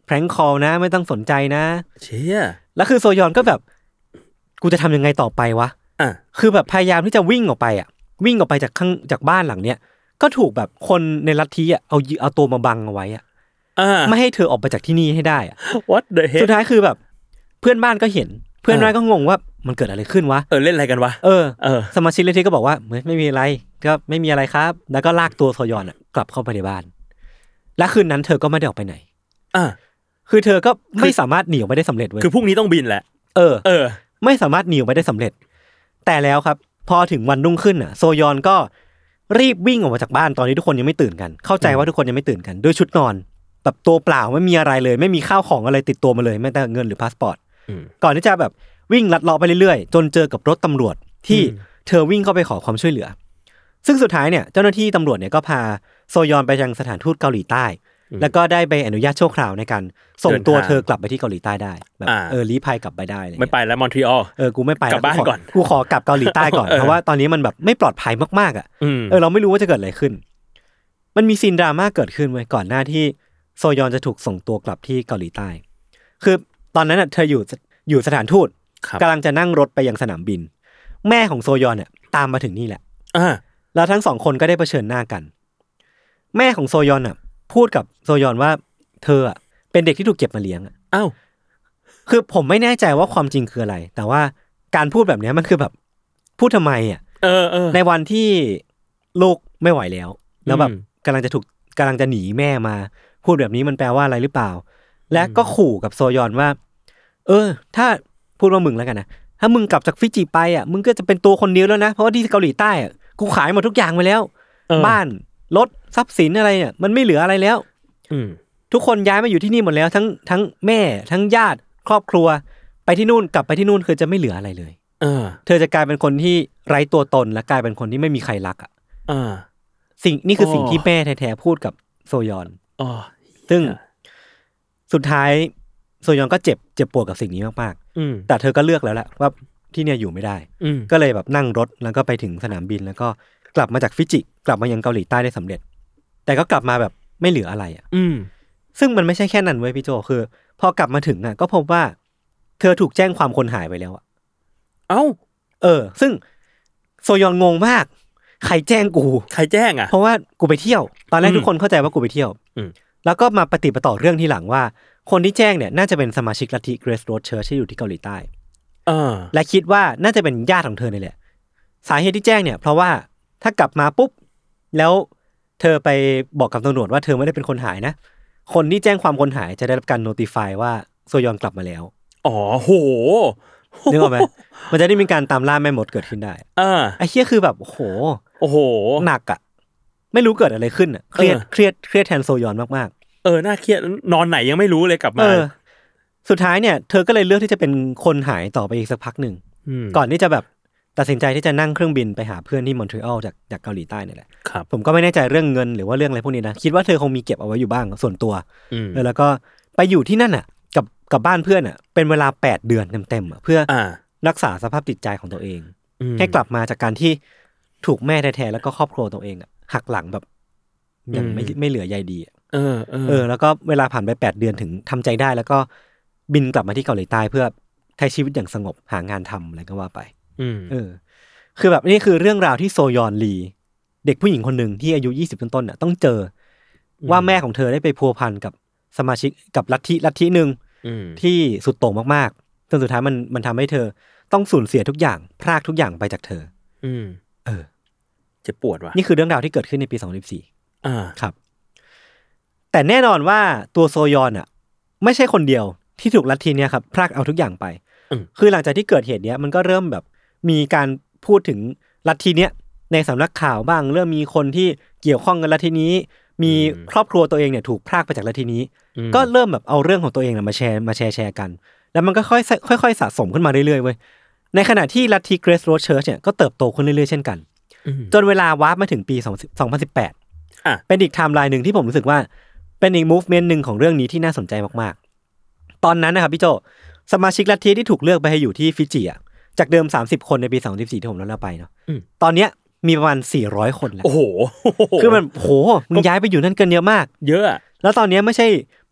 แพร้งคอลนะไม่ต้องสนใจนะเชี่ยแล้วคือโซยอนก็แบบกูจะทำยังไงต่อไปวะอ่ะคือแบบพยายามที่จะวิ่งออกไปอ่ะวิ่งออกไปจากข้างจากบ้านหลังเนี้ยก็ถูกแบบคนในลัทธิอ่ะเอาเอาตัวมาบังเอาไว้อ่ะไม่ให้เธอออกไปจากที่นี่ให้ได้อ่ะ What the heck สุดท้ายคือแบบเพื่อนบ้านก็เห็นเพื่อนบ้านก็งงว่ามันเกิดอะไรขึ้นวะเออเล่นอะไรกันวะเออเออสมาชิกลัทธิก็บอกว่าไม่ไม่มีอะไรก็ไม่มีอะไรครับแล้วก็ลากตัวโซยอนอ่ะกลับเข้าไปในบ้านและคืนนั้นเธอก็ไม่ได้ออกไปไหนอ่าคือเธอก็ไม่สามารถหนีออกไปได้สำเร็จเว้ยคือพรุ่งนี้ต้องบินแหละเออเออไม่สามารถหนีออกไปได้สำเร็จแต่แล้วครับพอถึงวันรุ่งขึ้นอ่ะโซยอนก็รีบวิ่งออกมาจากบ้านตอนนี้ทุกคนยังไม่ตื่นกันเข้าใจว่าทุกคนยังไม่ตื่นกันด้วยชุดนอนแบบตัวเปล่าไม่มีอะไรเลยไม่มีข้าวของอะไรติดตัวมาเลยแม้แต่เงินหรือพาสปอร์ตก่อนที่จะแบบวิ่งลัดเลาะไปเรื่อยๆจนเจอกับรถตำรวจที่เธอวิ่งเข้าไปขอความช่วยเหลือซึ่งสุดท้ายเนี่ยเจ้าหน้าที่ตำรวจเนี่ยก็พาโซยอนไปยังสถานทูตเกาหลีใต้แล้วก็ได้ใบอนุญาตชั่วคราวในการส่งตัวเธอกลับไปที่เกาหลีใต้ได้แบบเออลี้ภัยกลับไปได้เลยไม่ไปแล้วมอนทรีออลเออกูไม่ไปกลับบ้านก่อนกูขอกลับเกาหลีใต้ก่อนเพราะว่าตอนนี้มันแบบไม่ปลอดภัยมากๆอ่ะเออเราไม่รู้ว่าจะเกิดอะไรขึ้นมันมีซีนดราม่าเกิดขึ้นไว้ก่อนหน้าที่โซยอนจะถูกส่งตัวกลับที่เกาหลีใต้คือตอนนั้นน่ะเธออยู่อยู่สถานทูตกำลังจะนั่งรถไปยังสนามบินแม่ของโซยอนเนี่ยตามมาถึงนี่แหละแล้วทั้งสองคนก็ได้เผชิญหน้ากันแม่ของโซยอนอ่ะพูดกับโซยอนว่าเธออ่ะเป็นเด็กที่ถูกเก็บมาเลี้ยงอ่ะอ้าวคือผมไม่แน่ใจว่าความจริงคืออะไรแต่ว่าการพูดแบบนี้มันคือแบบพูดทำไมอ่ะเออเออในวันที่ลูกไม่ไหวแล้วแล้วแบบกำลังจะถูกกำลังจะหนีแม่มาพูดแบบนี้มันแปลว่าอะไรหรือเปล่าและก็ขู่กับโซยอนว่าเออถ้าพูดว่ามึงแล้วกันนะถ้ามึงกลับจากฟิจิไปอ่ะมึงก็จะเป็นตัวคนเดียวแล้วนะเพราะว่าที่เกาหลีใต้อ่ะกูขายหมดทุกอย่างไปแล้วบ้านรถทรัพย์สินอะไรเนี่ยมันไม่เหลืออะไรแล้วทุกคนย้ายมาอยู่ที่นี่หมดแล้วทั้งทั้งแม่ทั้งญาติครอบครัวไปที่นู่นกลับไปที่นู่นคือจะไม่เหลืออะไรเลยเออเธอจะกลายเป็นคนที่ไร้ตัวตนและกลายเป็นคนที่ไม่มีใครรักอ่ะเออสิ่งนี่คือสิ่งที่แม่แท้ๆพูดกับโซยอนอ๋อซึ่งสุดท้ายโซยอนก็เจ็บเจ็บปวดกับสิ่งนี้มากๆแต่เธอก็เลือกแล้วแหละว่าที่เนี่ยอยู่ไม่ได้ก็เลยแบบนั่งรถแล้วก็ไปถึงสนามบินแล้วก็กลับมาจากฟิจิกลับมายังเกาหลีใต้ได้สำเร็จแต่ก็กลับมาแบบไม่เหลืออะไรอ่ะซึ่งมันไม่ใช่แค่นั้นเว้ยพี่โจคือพอกลับมาถึงอ่ะก็พบว่าเธอถูกแจ้งความคนหายไปแล้วอ่ะเอ้าเออซึ่งโซยอนงงมากใครแจ้งกูใครแจ้งอ่ะเพราะว่ากูไปเที่ยวตอนแรกทุกคนเข้าใจว่ากูไปเที่ยวแล้วก็มาปฏิปต่อเรื่องทีหลังว่าคนที่แจ้งเนี่ยน่าจะเป็นสมาชิกลัทธิ Grace Road Church ที่อยู่ที่เกาหลีใต้เออและคิดว่าน่าจะเป็นญาติของเธอนี่แหละสาเหตุที่แจ้งเนี่ยเพราะว่าถ้ากลับมาปุ๊บแล้วเธอไปบอกกับตำรวจว่าเธอไม่ได้เป็นคนหายนะคนที่แจ้งความคนหายจะได้รับการโน้ติฟายว่าโซยอนกลับมาแล้วอ๋อโหนึกออกไหมมันจะได้มีการตามล่าแม่มดเกิดขึ้นได้เออไอ้เหี้ยคือแบบโอ้โหโอ้โหหนักอ่ะไม่รู้เกิดอะไรขึ้นอ่ะเครียดเครียดเครียดแทนโซยอนมากๆเออน่าเครียดนอนไหนยังไม่รู้เลยกลับมาสุดท้ายเนี่ยเธอก็เลยเลือกที่จะเป็นคนหายต่อไปอีกสักพักหนึ่งก่อนที่จะแบบตัดสินใจที่จะนั่งเครื่องบินไปหาเพื่อนที่มอนทรีออลจากจากเกาหลีใต้นี่แหละผมก็ไม่แน่ใจเรื่องเงินหรือว่าเรื่องอะไรพวกนี้นะคิดว่าเธอคงมีเก็บเอาไว้อยู่บ้างส่วนตัวแล้วก็ไปอยู่ที่นั่นอ่ะกับกับบ้านเพื่อนอ่ะเป็นเวลาแปดเดือนเต็มๆอ่ะเพื่อรักษาสภาพจิตใจของตัวเองให้กลับมาจากการที่ถูกแม่แท้ๆแล้วก็ครอบครัวตัวเองอ่ะหักหลังแบบยังไม่ไม่เหลือใยดีเออเออเออแล้วก็เวลาผ่านไปแปดเดือนถึงทำใจได้แล้วก็บินกลับมาที่เกาหลีใต้เพื่อใช้ชีวิตอย่างสงบหางานทำอะไรก็ว่าไปเออคือแบบนี่คือเรื่องราวที่โซยอนลีเด็กผู้หญิงคนหนึ่งที่อายุยี่สิบต้นๆน่ะต้องเจอว่าแม่ของเธอได้ไปพัวพันกับสมาชิกกับลัทธิลัทธินึงที่สุดโต่งมากๆจนสุดท้ายมันมันทำให้เธอต้องสูญเสียทุกอย่างพรากทุกอย่างไปจากเธอเออเจ็บปวดว่ะนี่คือเรื่องราวที่เกิดขึ้นในปีสองพันสิบสี่อ่าครับแต่แน่นอนว่าตัวโซยอนอ่ะไม่ใช่คนเดียวที่ถูกลัทธิเนี้ยครับพรากเอาทุกอย่างไปคือหลังจากที่เกิดเหตุเนี้ยมันก็เริ่มแบบมีการพูดถึงลัทธิเนี้ยในสำนักข่าวบ้างเริ่มมีคนที่เกี่ยวข้องกับลัทธินี้มีครอบครัวตัวเองเนี่ยถูกพรากไปจากลัทธินี้ก็เริ่มแบบเอาเรื่องของตัวเองมาแชร์มาแชร์แชร์กันแล้วมันก็ค่อยค่อยๆสะสมขึ้นมาเรื่อยๆเว้ยในขณะที่ลัทธิ Grace Road Church เนี่ยก็เติบโตขึ้นเรื่อยๆเช่นกันจนเวลาวาร์ปมาถึงปีสองพันสิบแปดอ่ะเป็นอีกไทม์ไลน์นึงที่ผมรู้สึกว่าเป็นอีก movement นึงของเรื่องนี้ที่น่าสนใจมากๆตอนนั้นนะครับพี่โจสมาชิกลัทธิที่ถูกเลือกไปให้อยู่ที่ฟิจิอ่ะจากเดิมสามสิบคนในปีสองพันสิบสี่ที่ผมเล่าไปเนาะตอนเนี้ยมีประมาณสี่ร้อยคนแล้วโอ้โหคือมันโหมึงย้ายไปอยู่นั่นกันเยอะมากเยอะแล้วตอนนี้ไม่ใช่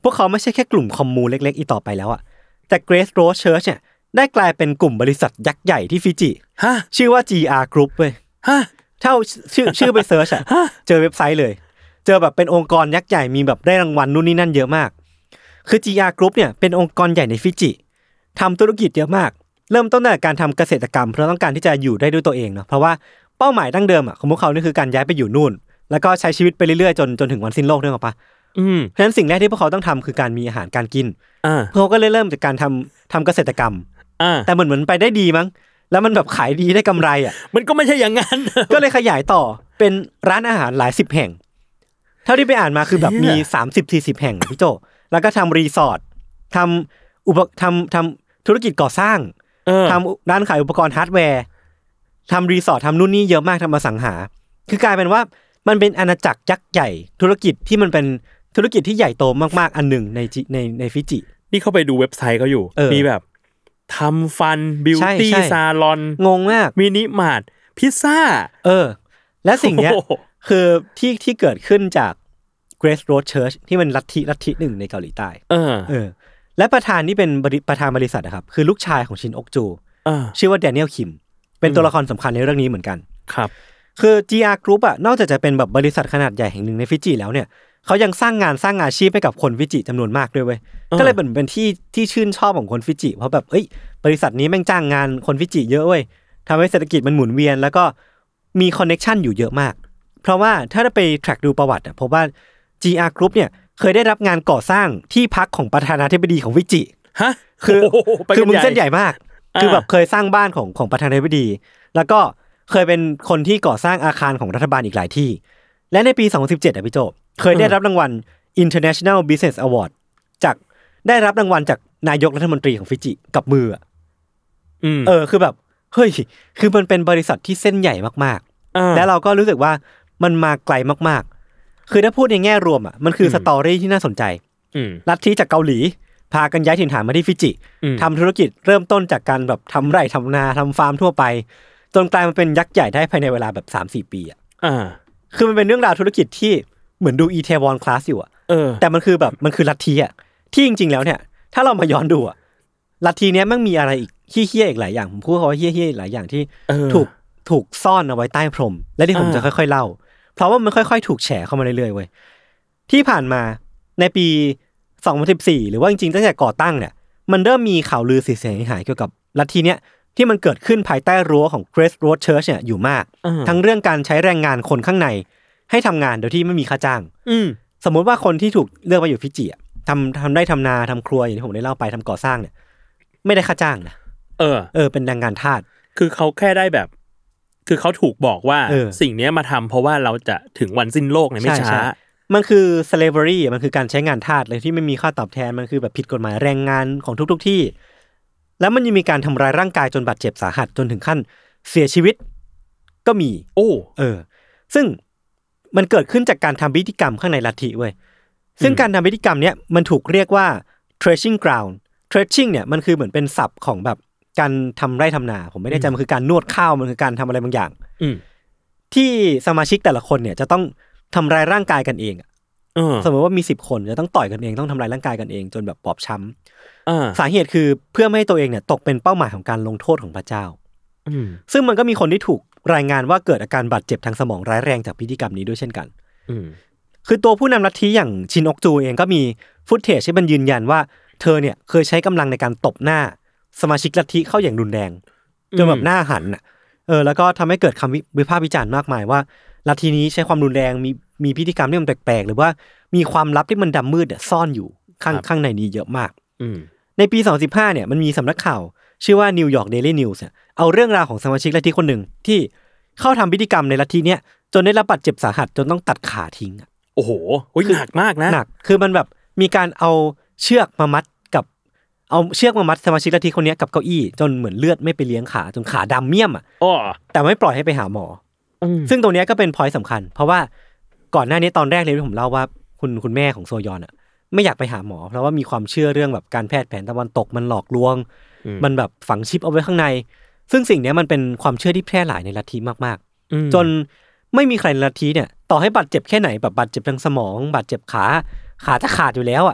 พวกเขาไม่ใช่แค่กลุ่มคอมมูนเล็กๆอีกต่อไปแล้วอ่ะแต่ Grace Road Church เนี่ยได้กลายเป็นกลุ่มบริษัทยักษ์ใหญ่ที่ฟิจิฮะชื่อว่า จี อาร์ Group เว้ยฮะถ้าชื่อชื่อไปเสิร์ชอ่ะเจอเว็บไซต์เลยเจอแบบเป็นองค์กรยักษ์ใหญ่มีแบบได้รางวัลนู่นนี่นั่นเยอะมากคือ จี อาร์ Group เนี่ยเป็นองค์กรใหญ่ในฟิจิทำธุรกิจเยอะมากเริ่มต้นจากการทำเกษตรกรรมเพราะต้องการที่จะอยู่ได้ด้วยตัวเองเนาะเพราะว่าเป้าหมายดั้งเดิมอ่ะของพวกเขานี่คือการย้ายไปอยู่นู่นแล้วก็ใช้ชีวิตไปเรื่อยๆจนจนถึงวันสิ้นโลกนึกออกปะอืมเพราะฉะนั้นสิ่งแรกที่พวกเขาต้องทำคือการมีอาหารการกินอ่าพวกเขาก็เลยเริ่มจากการทำทำเกษตรกรรมอ่าแต่เหมือนเหมือนไปได้ดีมั้งแล้วมันแบบขายดีได้กำไรอ่ะมันก็ไม่ใช่อย่างนั้นก็เลยขยายต่อเป็นร้านอาหารหลายสิบแห่งเท่าที่ไปอ่านมาคือแบบมี สามสิบสี่สิบ แห่งพี่โจแล้วก็ทำรีสอร์ททำอุปทำทำธุรกิจก่อสร้างทำร้านขายอุปกรณ์ฮาร์ดแวร์ทำรีสอร์ททำนู่นนี่เยอะมากทำอสังหาคือกลายเป็นว่ามันเป็นอาณาจักรยักษ์ใหญ่ธุรกิจที่มันเป็นธุรกิจที่ใหญ่โตมากๆอันหนึ่งในในในฟิจินี่เข้าไปดูเว็บไซต์เขาอยู่มีแบบทำฟันบิวตี้ซาลอนงงมากมินิมาร์ทพิซซ่าเออและสิ่งเนี้ยคือที่ที่เกิดขึ้นจาก Grace Road Church ที่มันลัทธิลัทธิหนึ่งในเกาหลีใต้เออเออและประธานที่เป็นประธานบริษัทนะครับคือลูกชายของชินอกจูชื่อว่าแดเนียลคิมเป็นตัวละครสำคัญในเรื่องนี้เหมือนกันครับคือ จี อาร์ Group อ่ะนอกจากจะเป็นแบบบริษัทขนาดใหญ่แห่งหนึ่งในฟิจิแล้วเนี่ยเขายังสร้างงานสร้างอาชีพให้กับคนฟิจิจำนวนมากด้วยเว้ยก็เลยเป็นเป็นที่ที่ชื่นชอบของคนฟิจิเพราะแบบเอ้ยบริษัทนี้แม่งจ้างงานคนฟิจิเยอะเว้ยทำให้เศรษฐกิจมันหมุนเวียนแล้วก็มีคอนเนคชั่นอยู่เยอะมากเพราะว่าถ้าไป track ดูประวัติอ่ะพบว่า จี อาร์ Group เนี่ยเคยได้รับงานก่อสร้างที่พักของประธานาธิบดีของฟิจิฮะคือคือมึงเส้นใหญ่มากคือแบบเคยสร้างบ้านของของประธานาธิบดีแล้วก็เคยเป็นคนที่ก่อสร้างอาคารของรัฐบาลอีกหลายที่และในปีสองพันสิบเจ็ดอ่ะพี่โจเคยได้รับรางวัล International Business Award จากได้รับรางวัลจากนายกรัฐมนตรีของฟิจิกับมืออ่ะเออคือแบบเฮ้ยคือมันเป็นบริษัทที่เส้นใหญ่มากๆแล้วเราก็รู้สึกว่ามันมาไกลมากๆคือถ้าพูดในแง่รวมอ่ะมันคือสตอรี่ที่น่าสนใจลัทธิจากเกาหลีพากันย้ายถิ่นฐานมาที่ฟิจิทำธุรกิจเริ่มต้นจากการแบบทำไร่ทำนาทำฟาร์มทั่วไปจนกลายมาเป็นยักษ์ใหญ่ได้ภายในเวลาแบบ สามถึงสี่ ปีอ่ะคือมันเป็นเรื่องราวธุรกิจที่เหมือนดูอีเทวอนคลาสอยู่อ่ะแต่มันคือแบบมันคือลัทธิอ่ะที่จริงๆแล้วเนี่ยถ้าเรามาย้อนดูอ่ะลัทธิเนี้ยมันมีอะไรอีกเหี้ยๆอีกหลายอย่างผมพูดเขาว่าเหี้ยๆอีกหลายอย่างที่ถูกถูกซ่อนเอาไว้ใต้พรมและที่ผมจะค่อยๆเล่าเพราะว่ามันค่อยๆถูกแฉเข้ามาเรื่อยๆเว้ยที่ผ่านมาในปีสองพันสิบสี่หรือว่าจริงๆตั้งแต่ก่อตั้งเนี่ยมันเริ่มมีข่าวลือเสียหายเกี่ยวกับลัทธิเนี้ยที่มันเกิดขึ้นภายใต้รั้วของ Grace Road Church เนี่ยอยู่มากทั้งเรื่องการใช้แรงงานคนข้างในให้ทำงานโดยที่ไม่มีค่าจ้างสมมติว่าคนที่ถูกเลือกมาอยู่ฟิจิอ่ะทำทำได้ทำนาทำครัวอย่างที่ผมได้เล่าไปทำก่อสร้างเนี่ยไม่ได้ค่าจ้างนะเออเออเป็นแรงงานทาสคือเขาแค่ได้แบบคือเขาถูกบอกว่าสิ่งนี้มาทำเพราะว่าเราจะถึงวันสิ้นโลกเนี่ยไม่ช้ามันคือ slavery มันคือการใช้งานทาสเลยที่ไม่มีค่าตอบแทนมันคือแบบผิดกฎหมายแรงงานของทุกๆที่แล้วมันยังมีการทำร้ายร่างกายจนบาดเจ็บสาหัสจนถึงขั้นเสียชีวิตก็มีโอ้เออซึ่งมันเกิดขึ้นจากการทำพิธีกรรมข้างในลัทธิเว้ยซึ่งการทำพิธีกรรมเนี้ยมันถูกเรียกว่า threshing ground threshing เนี่ยมันคือเหมือนเป็นศัพท์ของแบบการทำไร่ทำนาผมไม่แน่ใจมันคือการนวดข้าวมันคือการทำอะไรบางอย่างที่สมาชิกแต่ละคนเนี่ยจะต้องทำร้ายร่างกายกันเองอ่ะสมมติว่ามีสิบคนจะต้องต่อยกันเองต้องทำร้ายร่างกายกันเองจนแบบบอบช้ำสาเหตุคือเพื่อไม่ให้ตัวเองเนี่ยตกเป็นเป้าหมายของการลงโทษของพระเจ้าซึ่งมันก็มีคนที่ถูกรายงานว่าเกิดอาการบาดเจ็บทางสมองร้ายแรงจากพิธีกรรมนี้ด้วยเช่นกันคือตัวผู้นำลัทธิอย่างชินอกจูเองก็มีฟุตเทจที่มันยืนยันว่าเธอเนี่ยเคยใช้กำลังในการตบหน้าสมาชิกลัทธิเข้าอย่างรุนแรงจนแบบหน้าหันอ่ะเออแล้วก็ทำให้เกิดคำวิพากษ์วิจารณ์มากมายว่าลัทธินี้ใช้ความรุนแรงมีมีพิธีกรรมที่มันแปลกๆหรือว่ามีความลับที่มันดำมืดเนี่ยซ่อนอยู่ข้างข้างในนี้เยอะมากในปีสองพันสิบห้าเนี่ยมันมีสำนักข่าวชื่อว่า New York Daily News เนี่ยเอาเรื่องราวของสมาชิกลัทธิคนหนึ่งที่เข้าทำพิธีกรรมในลัทธิเนี่ยจนได้รับบาดเจ็บสาหัสจนต้องตัดขาทิ้งอ่ะโอ้โหหนักมากนะหนักคือมันแบบมีการเอาเชือกมามัดกับเอาเชือกมามัดสมาชิกลัทธิคนนี้กับเก้าอี้จนเหมือนเลือดไม่ไปเลี้ยงขาจนขาดำเมี่ยมอ่ะแต่ไม่ปล่อยให้ไปหาหมอซึ่งตรงนี้ก็เป็นพอยต์สำคัญเพราะว่าก่อนหน้านี้ตอนแรกเลยที่ผมเล่าว่าคุณคุณแม่ของโซยอนอ่ะไม่อยากไปหาหมอเพราะว่ามีความเชื่อเรื่องแบบการแพทย์แผนตะวันตกมันหลอกลวงมันแบบฝังชิปเอาไว้ข้างในซึ่งสิ่งนี้มันเป็นความเชื่อที่แพร่หลายในลัทธิมากๆจนไม่มีใครในลัทธิเนี่ยต่อให้บาดเจ็บแค่ไหนแบบบาดเจ็บทางสมองบาดเจ็บขาขาจะขาดอยู่แล้วอ่ะ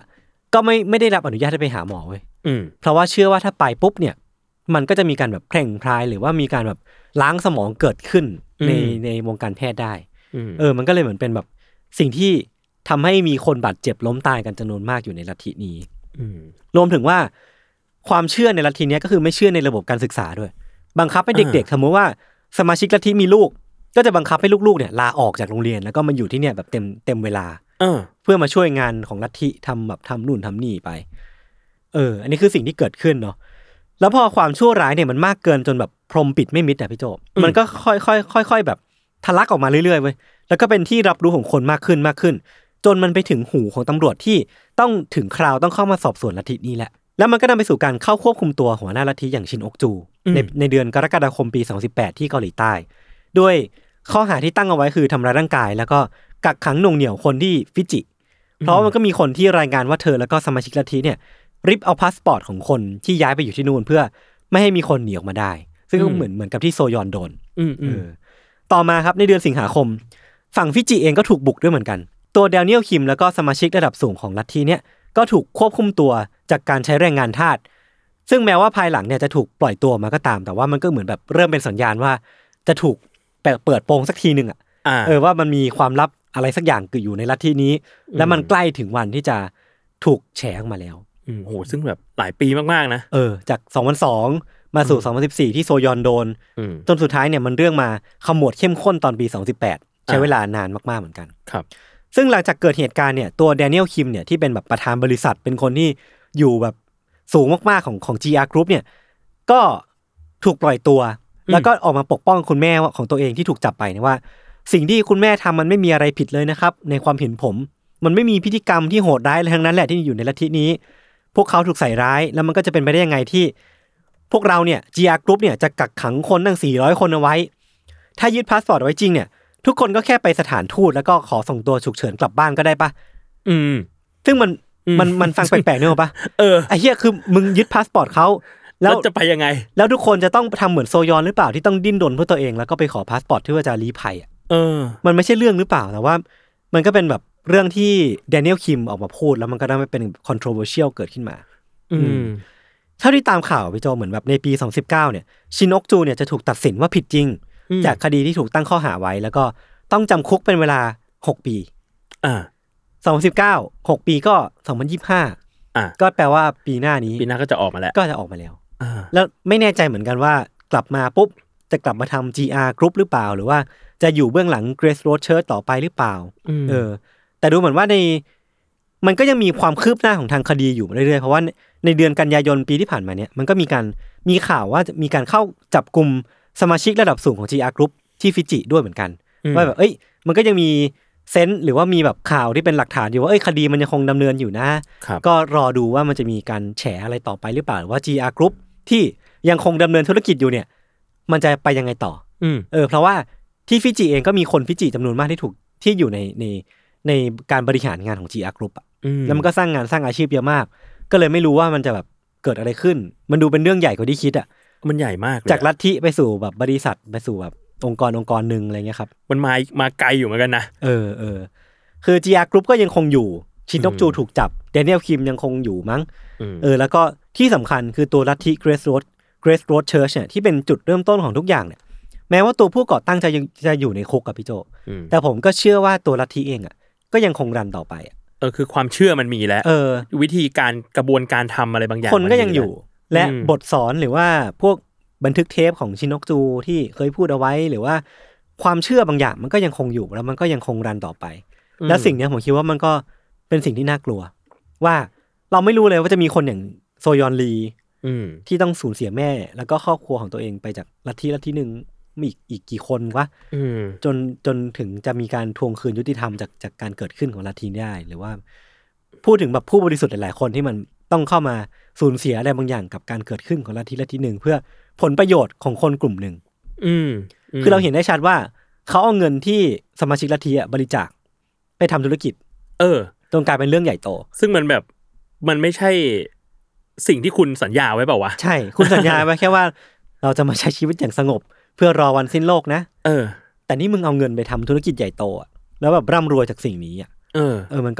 ก็ไม่ไม่ได้รับอนุญาตให้ไปหาหมอเว้ยเพราะว่าเชื่อว่าถ้าไปปุ๊บเนี่ยมันก็จะมีการแบบแพร่งพรายหรือว่ามีการแบบล้างสมองเกิดขึ้นในในวงการแพทย์ได้เออมันก็เลยเหมือนเป็นแบบสิ่งที่ทำให้มีคนบาดเจ็บล้มตายกันจำนวนมากอยู่ในลัทธินี้รวมถึงว่าความเชื่อในลัทธินี้ก็คือไม่เชื่อในระบบการศึกษาด้วยบังคับให้เด็กๆสมมติว่าสมาชิกลัทธิมีลูกก็จะบังคับให้ลูกๆเนี่ยลาออกจากโรงเรียนแล้วก็มาอยู่ที่เนี่ยแบบเต็มเต็มเวลาเออเพื่อมาช่วยงานของลัทธิทำแบบทำนู่นทำนี่ไปเอออันนี้คือสิ่งที่เกิดขึ้นเนาะแล้วพอความชั่วร้ายเนี่ยมันมากเกินจนแบบพรมปิดไม่มิดอ่ะพี่โจมันก็ค่อยๆค่อยๆแบบทะลักออกมาเรื่อยๆเว้ยแล้วก็เป็นที่รับรู้ของคนมากขึ้นมากขึ้นจนมันไปถึงหูของตำรวจที่ต้องถึงคราวต้องเข้ามาสอบสวนลัทธินี้แหละแล้วมันก็นำไปสู่การเข้าควบคุมตัวหัวหน้าลัทธิอย่างชินอกจูในในเดือนกรกฎาคมปีสองพันสิบแปดที่เกาหลีใต้ด้วยข้อหาที่ตั้งเอาไว้คือทำร้ายร่างกายแล้วก็กักขังหน่วงเหนี่ยวคนที่ฟิจิเพราะมันก็มีคนที่รายงานว่าเธอแล้วก็สมาชิกลัทธิเนี่ยริบเอาพาสปอร์ตของคนที่ย้ายไปอยู่ที่นู่นเพื่อไม่ให้มีคนหนีออกมาได้ซึ่งก็เหมือนเหมือนกับที่โซยอนโดนเออต่อมาครับในเดือนสิงหาคมฝั่งฟิจิเองก็ถูกบุกด้วยเหมือนกันตัวแดเนียลคิมแล้วก็สมาชิกระดับสูงของลัทธิเนี่ยก็ถูกควบคุมตัวจากการใช้แรงงานทาสซึ่งแม้ว่าภายหลังเนี่ยจะถูกปล่อยตัวมาก็ตามแต่ว่ามันก็เหมือนแบบเริ่มเป็นสัญญาณว่าจะถูกเปิดโปงสักทีนึงอ่ะเออว่ามันมีความลับอะไรสักอย่างเกิดอยู่ในลัทธินี้และมันใกล้ถึงวันที่จะถูกแฉออกมาแล้วอืมโหซึ่งแบบหลายปีมากๆนะเออจากสองพันสองมาสู่สองพันสิบสี่ที่โซยอนโดนจนสุดท้ายเนี่ยมันเรื่องมาขมวดเข้มข้นตอนปีสองพันสิบแปดใช้เวลานานมากๆเหมือนกันครับซึ่งหลังจากเกิดเหตุการณ์เนี่ยตัวแดเนียลคิมเนี่ยที่เป็นแบบประธานบริษัทเป็นคนที่อยู่แบบสูงมากๆของของ จี อาร์ Group เนี่ยก็ถูกปล่อยตัวแล้วก็ออกมาปกป้องคุณแม่ของตัวเองที่ถูกจับไปนะว่าสิ่งที่คุณแม่ทำมันไม่มีอะไรผิดเลยนะครับในความเห็นผมมันไม่มีพฤติกรรมที่โหดร้ายอะไรทั้งนั้นแหละที่อยู่ในลัทธินี้พวกเขาถูกใส่ร้ายแล้วมันก็จะเป็นไปได้ยังไงที่พวกเราเนี่ย จี อาร์ Group เนี่ยจะกักขังคนตั้งสี่ร้อยคนเอาไว้ถ้ายึดพาสปอร์ตไว้จริงเนี่ยทุกคนก็แค่ไปสถานทูตแล้วก็ขอส่งตัวฉุกเฉินกลับบ้านก็ได้ปะอืมซึ่งมันมันมันฟังแปลกๆเนี่ยป่ะเออไอ้เหี้ยคือมึงยึดพาสปอร์ตเขาแล้วจะไปยังไงแล้วทุกคนจะต้องทำเหมือนโซยอนหรือเปล่าที่ต้องดิ้นรนเพื่อตัวเองแล้วก็ไปขอพาสปอร์ตที่ว่าจะลี้ภัยอ่ะเออมันไม่ใช่เรื่องหรือเปล่าแต่ว่ามันก็เป็นแบบเรื่องที่แดเนียลคิมออกมาพูดแล้วมันก็ได้ไม่เป็น controversial เกิดขึ้นมาอืมเท่าที่ตามข่าวพี่โจเหมือนแบบในปีสองพันสิบเก้าเนี่ยชินอกจูเนี่ยจะถูกตัดสินว่าผิดจริงจากคดีที่ถูกตั้งข้อหาไว้แล้วก็ต้องจำคุกเป็นเวลาหกปีอ่าสองพันสิบเก้า หกปีก็สองพันยี่สิบห้าอ่าก็แปลว่าปีหน้านี้ปีหน้าก็จะออกมาแล้วก็จะออกมาแล้วอ่าแล้วไม่แน่ใจเหมือนกันว่ากลับมาปุ๊บจะกลับมาทำ จี อาร์ Group หรือเปล่าหรือว่าจะอยู่เบื้องหลัง Grace Road Church ต่อไปหรือเปล่าเออแต่ดูเหมือนว่าในมันก็ยังมีความคืบหน้าของทางคดีอยู่เรื่อยๆเพราะว่าในเดือนกันยายนปีที่ผ่านมาเนี่ยมันก็มีการมีข่าวว่ามีการเข้าจับกุมสมาชิกระดับสูงของ จี อาร์ Group ที่ฟิจิด้วยเหมือนกันว่าแบบเอ้ยมันก็ยังมีเซนส์หรือว่ามีแบบข่าวที่เป็นหลักฐานอยู่ว่าเอ้ยคดีมันยังคงดำเนินอยู่นะก็รอดูว่ามันจะมีการแฉอะไรต่อไปหรือเปล่าหรือว่า จี อาร์ Group ที่ยังคงดำเนินธุรกิจอยู่เนี่ยมันจะไปยังไงต่อเออเพราะว่าที่ฟิจิเองก็มีคนฟิจิจำนวนมากที่ถูกที่อยู่ในในในการบริหารงานของ จี อาร์ Group อ่ะแล้วมันก็สร้างงานสร้างอาชีพเยอะมากก็เลยไม่รู้ว่ามันจะแบบเกิดอะไรขึ้นมันดูเป็นเรื่องใหญ่กว่าที่คิดอ่ะมันใหญ่มากจากลัทธิไปสู่แบบบริษัทไปสู่แบบองค์กรองค์กรนึงอะไรเงี้ยครับมันมามาไกลอยู่เหมือนกันนะเออเออคือ จี อาร์ Group ก็ยังคงอยู่ชินอกจูถูกจับแดเนียลคิมยังคงอยู่มั้งเออแล้วก็ที่สำคัญคือตัวลัทธิ Grace Road Grace Road Church เนี่ยที่เป็นจุดเริ่มต้นของทุกอย่างเนี่ยแม้ว่าตัวผู้ก่อตั้งจะยังจะอยู่ในคุกกับพี่โจแต่ผมก็เชื่อว่าตัวลัทธิเองอ่ะก็ยังคงรันต่อไปอ่ะเออคือความเชื่อมันมีแล้วเออวิธีการกระบวนการทำอะไรบางอย่างคนก็ยังอยู่และบทสอนหรือว่าพวกบันทึกเทปของชินอกจูที่เคยพูดเอาไว้หรือว่าความเชื่อบางอย่างมันก็ยังคงอยู่แล้วมันก็ยังคงรันต่อไปแล้วสิ่งนี้ผมคิดว่ามันก็เป็นสิ่งที่น่ากลัวว่าเราไม่รู้เลยว่าจะมีคนอย่างโซยอนลีที่ต้องสูญเสียแม่แล้วก็ครอบครัวของตัวเองไปจากลัทธิลัทธินึงอีกอีกกี่คนวะจนจนถึงจะมีการทวงคืนยุติธรรมจากจากการเกิดขึ้นของลัทธิได้หรือว่าพูดถึงแบบผู้บริสุทธิ์หลายๆคนที่มันต้องเข้ามาสูญเสียอะไรบางอย่างกับการเกิดขึ้นของลัทธิลัทธิหนึ่งเพื่อผลประโยชน์ของคนกลุ่มหนึ่งคือเราเห็นได้ชัดว่าเขาเอาเงินที่สมาชิกลัทธิบริจาคไปทำธุรกิจเออจนกลายเป็นเรื่องใหญ่โตซึ่งมันแบบมันไม่ใช่สิ่งที่คุณสัญญาไว้เปล่าวะใช่คุณสัญญาไว้แค่ว่าเราจะมาใช้ชีวิตอย่างสงบเพื่อรอวันสิ้นโลกนะเออแต่นี่มึงเอาเงินไปทำธุรกิจใหญ่โตแล้วแบบร่ำรวยจากสิ่งนี้อ่ะเออเออมันก็แบบ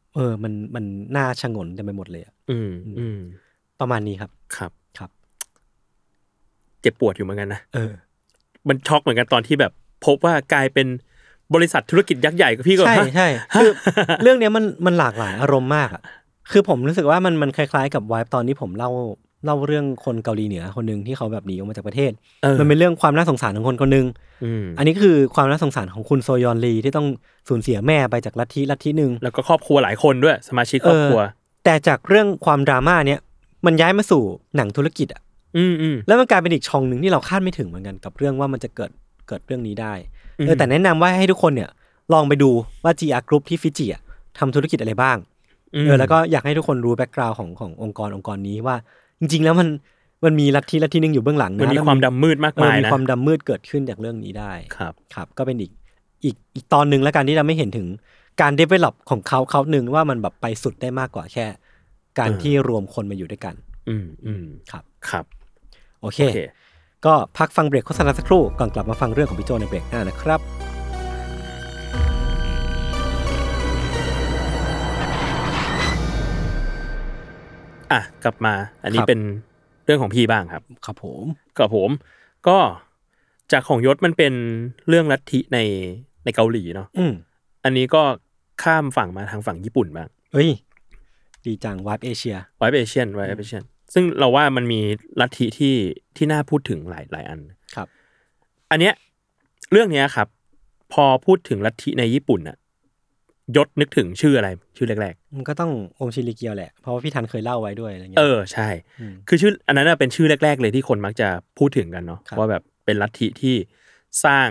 เออมันมันน่าชงนเต็มไปหมดเลยอ่ะอืมอืมประมาณนี้ครับครับครับเจ็บปวดอยู่เหมือนกันนะเออมันช็อกเหมือนกันตอนที่แบบพบว่ากลายเป็นบริษัทธุรกิจยักษ์ใหญ่กับพี่ก็ใช่ใช่คือเรื่องนี้มันมันหลากหลายอารมณ์มากอ่ะคือผมรู้สึกว่ามันมันคล้ายๆกับไวบ์ตอนที่ผมเล่าเล่าเรื่องคนเกาหลีเหนือคนนึงที่เขาแบบหนีออกมาจากประเทศมันเป็นเรื่องความน่าสงสารของคนคนนึงอันนี้คือความน่าสงสารของคุณโซยอนลีที่ต้องสูญเสียแม่ไปจากลัทธิลัทธินึงแล้วก็ครอบครัวหลายคนด้วยสมาชิกครอบครัวแต่จากเรื่องความดราม่าเนี้ยมันย้ายมาสู่หนังธุรกิจอ่ะอืมอืมแล้วมันกลายเป็นอีกช่องนึงที่เราคาดไม่ถึงเหมือนกันกับเรื่องว่ามันจะเกิดเกิดเรื่องนี้ได้เออแต่แนะนำว่าให้ทุกคนเนี่ยลองไปดูว่า จี อาร์ Group ที่ฟิจิอ่ะทำธุรกิจอะไรบ้างเออแล้วก็อยากให้ทุกคนรู้แบ็คกราวด์ของขององค์กรองค์กรนี้ว่าจริงๆแล้วมันมันมีลัทธิลัทธินึงอยู่เบื้องหลังนะมันมีความดำมืดมากมายนะมีความดำมืดเกิดขึ้นจากเรื่องนี้ได้ครับครับก็เป็นอีกอีกอีกตอนนึงแล้วกันที่เราไม่เห็นถึงการ develop ของเขาเขานึงว่ามันแบบไปสุดได้มากกว่าแค่การที่รวมคนมาอยู่ด้วยกันอืมอืมครับครับโอเคก็พักฟังเบรกโฆษณาสักครู่ก่อนกลับมาฟังเรื่องของพี่โจในเบรกหน้านะครับอ่ะกลับมาอันนี้เป็นเรื่องของพี่บ้างครับครับผมกับผมก็จากของยศมันเป็นเรื่องลัทธิในในเกาหลีเนาะอืมอันนี้ก็ข้ามฝั่งมาทางฝั่งญี่ปุ่นบ้างเฮ้ยดีจังวายเอเชียวายเอเชียนวายเอเชียนซึ่งเราว่ามันมีลัทธิที่ที่น่าพูดถึงหลายหลายอันครับอันเนี้ยเรื่องเนี้ยครับพอพูดถึงลัทธิในญี่ปุ่นน่ะยศนึกถึงชื่ออะไรชื่อแรกๆมันก็ต้ององค์ชิริเกียวแหละเพราะว่าพี่ทันเคยเล่าไว้ด้วยอะไรเงี้ยเออใช่คือชื่ออันนั้นเป็นชื่อแรกๆเลยที่คนมักจะพูดถึงกันเนาะว่าแบบเป็นลัทธิที่สร้าง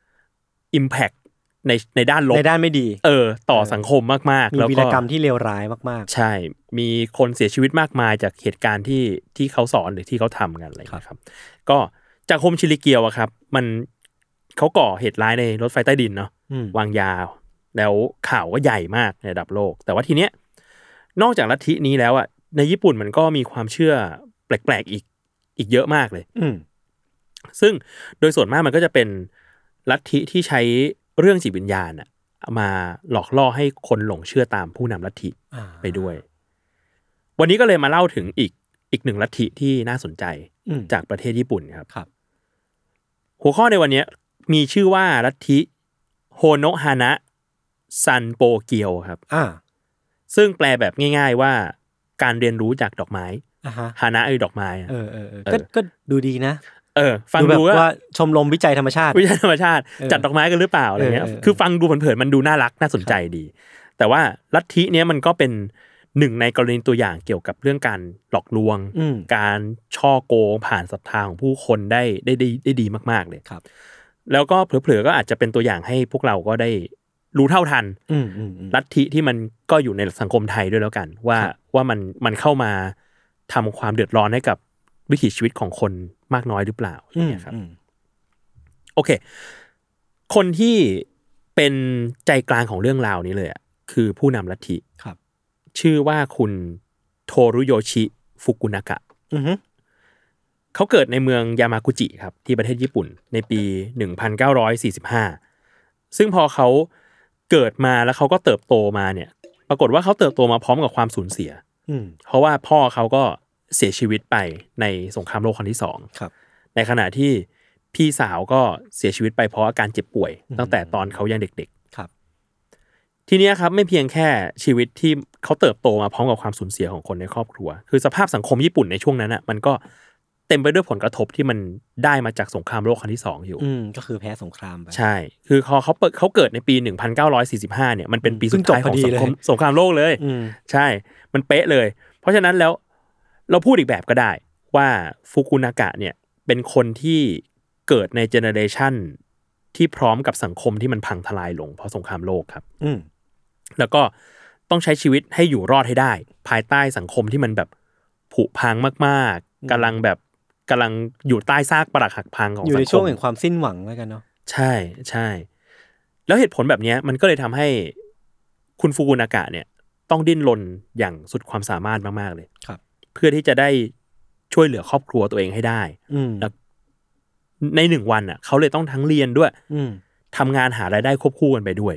impact ในในด้านลบในด้านไม่ดีเออต่อสังคมมากๆแล้วก็มีวีรกรรมที่เลวร้ายมากๆใช่มีคนเสียชีวิตมากมายจากเหตุการณ์ที่ที่เขาสอนหรือที่เขาทำกันอะไรครับก็จากโฮมชิริเกียวอะครับมันเขาก่อเหตุร้ายในรถไฟใต้ดินเนาะวางยาแล้วข่าวก็ใหญ่มากในระดับโลกแต่ว่าทีเนี้ยนอกจากลัทธินี้แล้วอ่ะในญี่ปุ่นมันก็มีความเชื่อแปลกๆอีกอีกเยอะมากเลยซึ่งโดยส่วนมากมันก็จะเป็นลัทธิที่ใช้เรื่องจิตวิญญาณอ่ะมาหลอกล่อให้คนหลงเชื่อตามผู้นำลัทธิไปด้วยวันนี้ก็เลยมาเล่าถึงอีกอีกหนึ่งลัทธิที่น่าสนใจจากประเทศญี่ปุ่นครับครับหัวข้อในวันนี้มีชื่อว่าลัทธิโฮโนะฮานะซันโปเกียวครับอ่าซึ่งแปลแบบง่ายๆว่าการเรียนรู้จากดอกไม้อ่าฮะฮานะคือดอกไม้เออเออก็ก็ดูดีนะเออฟังดูว่าชมรมวิจัยธรรมชาติวิจัยธรรมชาติจัดดอกไม้กันหรือเปล่าอะไรเงี้ยคือฟังดูเผินๆมันดูน่ารักน่าสนใจดีแต่ว่าลัทธิเนี้ยมันก็เป็นหนึ่งในกรณีตัวอย่างเกี่ยวกับเรื่องการหลอกลวงการช่อโกงผ่านศรัทธาของผู้คนได้ได้ได้ได้ดีมากๆเลยครับแล้วก็เผลอๆก็อาจจะเป็นตัวอย่างให้พวกเราก็ได้รู้เท่าทันลัทธิที่มันก็อยู่ในสังคมไทยด้วยแล้วกันว่าว่ามันมันเข้ามาทำความเดือดร้อนให้กับวิถีชีวิตของคนมากน้อยหรือเปล่าเนี่ยครับโอเคคนที่เป็นใจกลางของเรื่องราวนี้เลยอ่ะคือผู้นำลัทธิครับชื่อว่าคุณโทรุโยชิฟุกุนากะเขาเกิดในเมืองยามากุจิครับที่ประเทศญี่ปุ่นในปีหนึ่งพันเก้าร้อยสี่สิบห้าซึ่งพอเขาเกิดมาแล้วเขาก็เติบโตมาเนี่ยปรากฏว่าเขาเติบโตมาพร้อมกับความสูญเสียเพราะว่าพ่อเขาก็เสียชีวิตไปในสงครามโลกครั้งที่สองในขณะที่พี่สาวก็เสียชีวิตไปเพราะอาการเจ็บป่วยตั้งแต่ตอนเขายังเด็กๆครับทีนี้ครับไม่เพียงแค่ชีวิตที่เขาเติบโตมาพร้อมกับความสูญเสียของคนในครอบครัวคือสภาพสังคมญี่ปุ่นในช่วงนั้นอ่ะมันก็เต็มไปด้วยผลกระทบที่มันได้มาจากสงครามโลกครั้งที่สองอยู่อืมก็คือแพ้สงครามไปใช่คือพอเขาเปิดเขาเกิดในปีหนึ่งพันเก้าร้อยสี่สิบห้าเนี่ยมันเป็นปีสุดท้ายของสงครามสงครามโลกเลยใช่มันเป๊ะเลยเพราะฉะนั้นแล้วเราพูดอีกแบบก็ได้ว่าฟุกุนากะเนี่ยเป็นคนที่เกิดในเจเนอเรชันที่พร้อมกับสังคมที่มันพังทลายลงเพราะสงครามโลกครับอืมแล้วก็ต้องใช้ชีวิตให้อยู่รอดให้ได้ภายใต้สังคมที่มันแบบผุพังมากๆกำลังแบบกำลังอยู่ใต้ซากปรักหักพังของสังคมอยู่ในช่วงแห่งความสิ้นหวังแล้วกันเนาะใช่ใช่แล้วเหตุผลแบบนี้มันก็เลยทำให้คุณฟุกุนากะเนี่ยต้องดิ้นรนอย่างสุดความสามารถมากๆเลยครับเพื่อที่จะได้ช่วยเหลือครอบครัวตัวเองให้ได้แล้วในหนึ่งวันอ่ะเขาเลยต้องทั้งเรียนด้วยทำงานหารายได้ควบคู่กันไปด้วย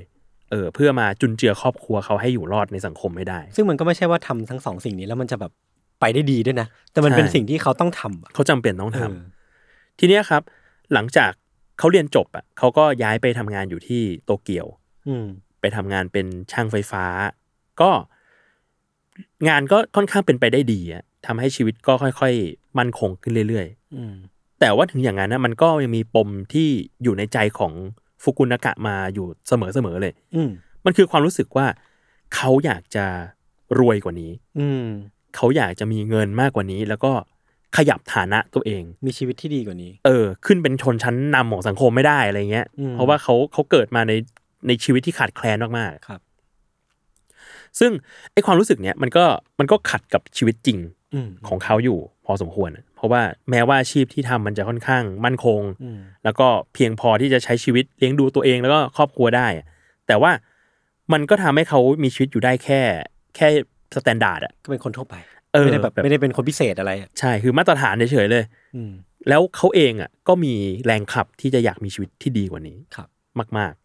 เออเพื่อมาจุนเจือครอบครัวเขาให้อยู่รอดในสังคมไม่ได้ซึ่งมันก็ไม่ใช่ว่าทำทั้งสองสิ่งนี้แล้วมันจะแบบไปได้ดีด้วยนะแต่มันเป็นสิ่งที่เขาต้องทำเขาจำเป็นต้องทำทีเนี้ยครับหลังจากเขาเรียนจบอ่ะเขาก็ย้ายไปทำงานอยู่ที่โตเกียวไปทำงานเป็นช่างไฟฟ้าก็งานก็ค่อนข้างเป็นไปได้ดีอ่ะทำให้ชีวิตก็ค่อยๆมั่นคงขึ้นเรื่อยๆแต่ว่าถึงอย่างนั้นนะมันก็ยังมีปมที่อยู่ในใจของฟุกุนากะมาอยู่เสมอๆเลยมันคือความรู้สึกว่าเขาอยากจะรวยกว่านี้เขาอยากจะมีเงินมากกว่านี้แล้วก็ขยับฐานะตัวเองมีชีวิตที่ดีกว่านี้เออขึ้นเป็นชนชั้นนำของสังคมไม่ได้อะไรเงี้ยเพราะว่าเขาเขาเกิดมาในในชีวิตที่ขาดแคลนมากๆครับซึ่งไอ้ความรู้สึกเนี้ยมันก็มันก็ขัดกับชีวิตจริงของเขาอยู่พอสมควรเพราะว่าแม้ว่าอาชีพที่ทำมันจะค่อนข้างมั่นคงแล้วก็เพียงพอที่จะใช้ชีวิตเลี้ยงดูตัวเองแล้วก็ครอบครัวได้แต่ว่ามันก็ทำให้เขามีชีวิตอยู่ได้แค่แค่สแตนดาร์ดอ่ะก็เป็นคนทั่วไปไม่ได้แบบไม่ได้เป็นคนพิเศษอะไรใช่คือมาตรฐานเฉยๆเลยแล้วเขาเองอ่ะก็มีแรงขับที่จะอยากมีชีวิตที่ดีกว่านี้มาก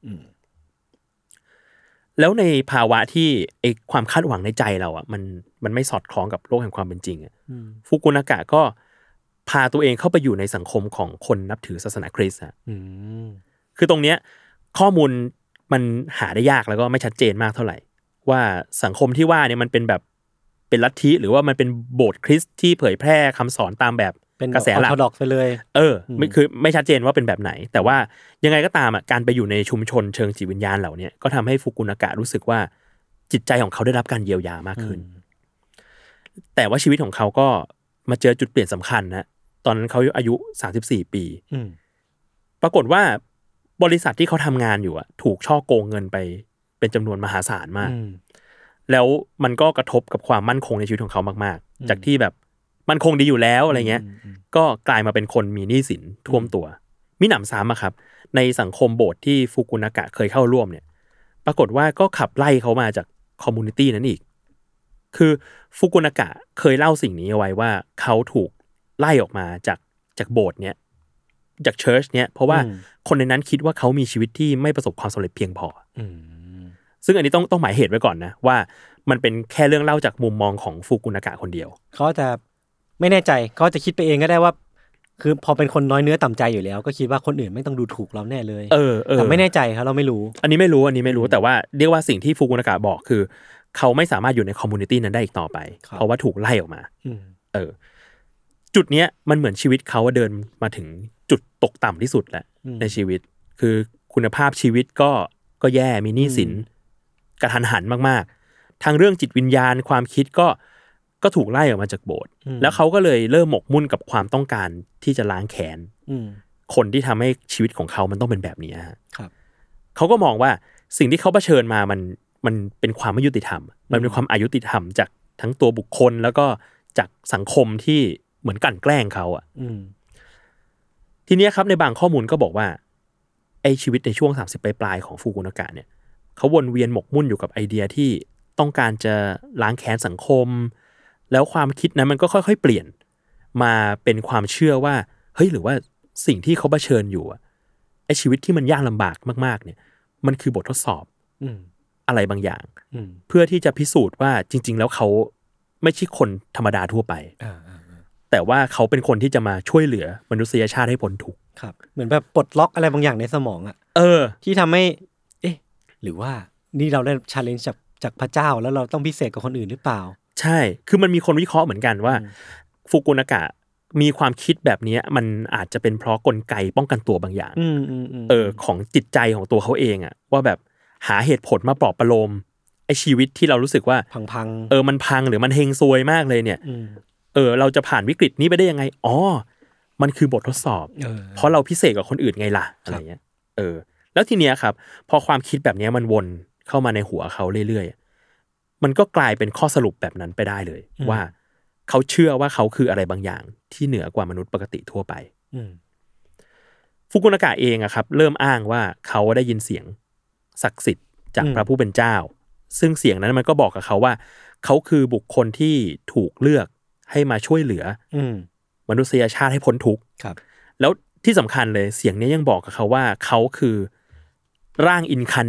ๆแล้วในภาวะที่ไอ้ความคาดหวังในใจเราอ่ะมันมันไม่สอดคล้องกับโลกแห่งความเป็นจริงอ่ะฟุกุนากะก็พาตัวเองเข้าไปอยู่ในสังคมของคนนับถือศาสนาคริสต์อ่ะคือตรงเนี้ยข้อมูลมันหาได้ยากแล้วก็ไม่ชัดเจนมากเท่าไหร่ว่าสังคมที่ว่าเนี่ยมันเป็นแบบเป็นลัทธิหรือว่ามันเป็นโบสถ์คริสต์ที่เผยแพร่คำสอนตามแบบกระแสหลักออร์โธดอกซ์ไปเลยเออไม่คือไม่ชัดเจนว่าเป็นแบบไหนแต่ว่ายังไงก็ตามอ่ะการไปอยู่ในชุมชนเชิงจิตวิญญาณเหล่านี้ก็ทำให้ฟุกุนากะรู้สึกว่าจิตใจของเขาได้รับการเยียวยามากขึ้นแต่ว่าชีวิตของเขาก็มาเจอจุดเปลี่ยนสำคัญนะตอนนั้นเขาอายุสามสิบสี่ปีปรากฏว่าบริษัทที่เขาทำงานอยู่อ่ะถูกช่อโกงเงินไปเป็นจำนวนมหาศาลมากแล้วมันก็กระทบกับความมั่นคงในชีวิตของเขามากๆจากที่แบบมั่นคงดีอยู่แล้วอะไรเงี้ยก็กลายมาเป็นคนมีหนี้สินท่วมตัวมิหนำซ้ำอะครับในสังคมโบสถ์ที่ฟุกุนากะเคยเข้าร่วมเนี่ยปรากฏว่าก็ขับไล่เขามาจากคอมมูนิตี้นั้นอีกคือฟุกุนากะเคยเล่าสิ่งนี้เอาไว้ว่าเขาถูกไล่ออกมาจากจากโบสถ์เนี้ยจากเชิร์ชเนี้ยเพราะว่าคนในนั้นคิดว่าเขามีชีวิตที่ไม่ประสบความสำเร็จเพียงพอซึ่งอันนี้ต้องต้องหมายเหตุไว้ก่อนนะว่ามันเป็นแค่เรื่องเล่าจากมุมมองของฟุกุนากะคนเดียวเขาจะไม่แน่ใจเขาจะคิดไปเองก็ได้ว่าคือพอเป็นคนน้อยเนื้อต่ำใจอยู่แล้วก็คิดว่าคนอื่นไม่ต้องดูถูกเราแน่เลยเออแต่ไม่แน่ใจครับเราไม่รู้อันนี้ไม่รู้อันนี้ไม่รู้แต่ว่าเรียกว่าสิ่งที่ฟุกุนากะบอกคือเขาไม่สามารถอยู่ในคอมมูนิตี้นั้นได้อีกต่อไปเพราะว่าถูกไล่ออกมาเออจุดเนี้ยมันเหมือนชีวิตเขาเดินมาถึงจุดตกต่ำที่สุดแล้วในชีวิตคือคุณภาพชีวิตก็ก็แย่มีหนี้สินกระทันหันมากๆทางเรื่องจิตวิญญาณความคิดก็ก็ถูกไล่ออกมาจากโบสถ์แล้วเขาก็เลยเริ่มหมกมุ่นกับความต้องการที่จะล้างแค้นคนที่ทำให้ชีวิตของเขามันต้องเป็นแบบนี้ครับเขาก็มองว่าสิ่งที่เขาเผชิญมามันมันเป็นความไม่ยุติธรรมมันเป็นความอายุติธรรมจากทั้งตัวบุคคลแล้วก็จากสังคมที่เหมือนกลั่นแกล้งเขาอ่ะทีนี้ครับในบางข้อมูลก็บอกว่าไอ้ชีวิตในช่วงสามสิบปลายๆของฟุกุนากะเนี่ยเขาวนเวียนหมกมุ่นอยู่กับไอเดียที่ต้องการจะล้างแค้นสังคมแล้วความคิดนั้นมันก็ค่อยๆเปลี่ยนมาเป็นความเชื่อว่าเฮ้ยหรือว่าสิ่งที่เขาเผชิญอยู่ไอ้ชีวิตที่มันยากลำบากมากๆเนี่ยมันคือบททดสอบอะไรบางอย่างเพื่อที่จะพิสูจน์ว่าจริงๆแล้วเขาไม่ใช่คนธรรมดาทั่วไปแต่ว่าเขาเป็นคนที่จะมาช่วยเหลือมนุษยชาติให้พ้นทุกข์ครับเหมือนแบบปลดล็อกอะไรบางอย่างในสมองอ่ะเออที่ทำให้เอ๊ะหรือว่านี่เราได้ challenge จากจากพระเจ้าแล้วเราต้องพิเศษกว่าคนอื่นหรือเปล่าใช่คือมันมีคนวิเคราะห์เหมือนกันว่าฟุกุนากะมีความคิดแบบนี้มันอาจจะเป็นเพราะกลไกป้องกันตัวบางอย่างเออของจิตใจของตัวเขาเองอะว่าแบบหาเหตุผลมาปลอบประโลมไอ้ชีวิตที่เรารู้สึกว่าพังๆเออมันพังหรือมันเฮงซวยมากเลยเนี่ยเออเราจะผ่านวิกฤตนี้ไปได้ยังไงอ๋อมันคือบททดสอบเพราะเราพิเศษกว่าคนอื่นไงล่ะอะไรเงี้ยเออแล้วทีเนี้ยครับพอความคิดแบบนี้มันวนเข้ามาในหัวเขาเรื่อยๆมันก็กลายเป็นข้อสรุปแบบนั้นไปได้เลยว่าเขาเชื่อว่าเขาคืออะไรบางอย่างที่เหนือกว่ามนุษย์ปกติทั่วไปฟุกุนากะเองอะครับเริ่มอ้างว่าเขาได้ยินเสียงศักดิ์สิทธิ์จากพระผู้เป็นเจ้าซึ่งเสียงนั้นมันก็บอกกับเขาว่าเขาคือบุคคลที่ถูกเลือกให้มาช่วยเหลือมนุษยชาติให้พ้นทุกข์แล้วที่สำคัญเลยเสียงนี้ยังบอกกับเขาว่าเขาคือร่างอินคาร์เนต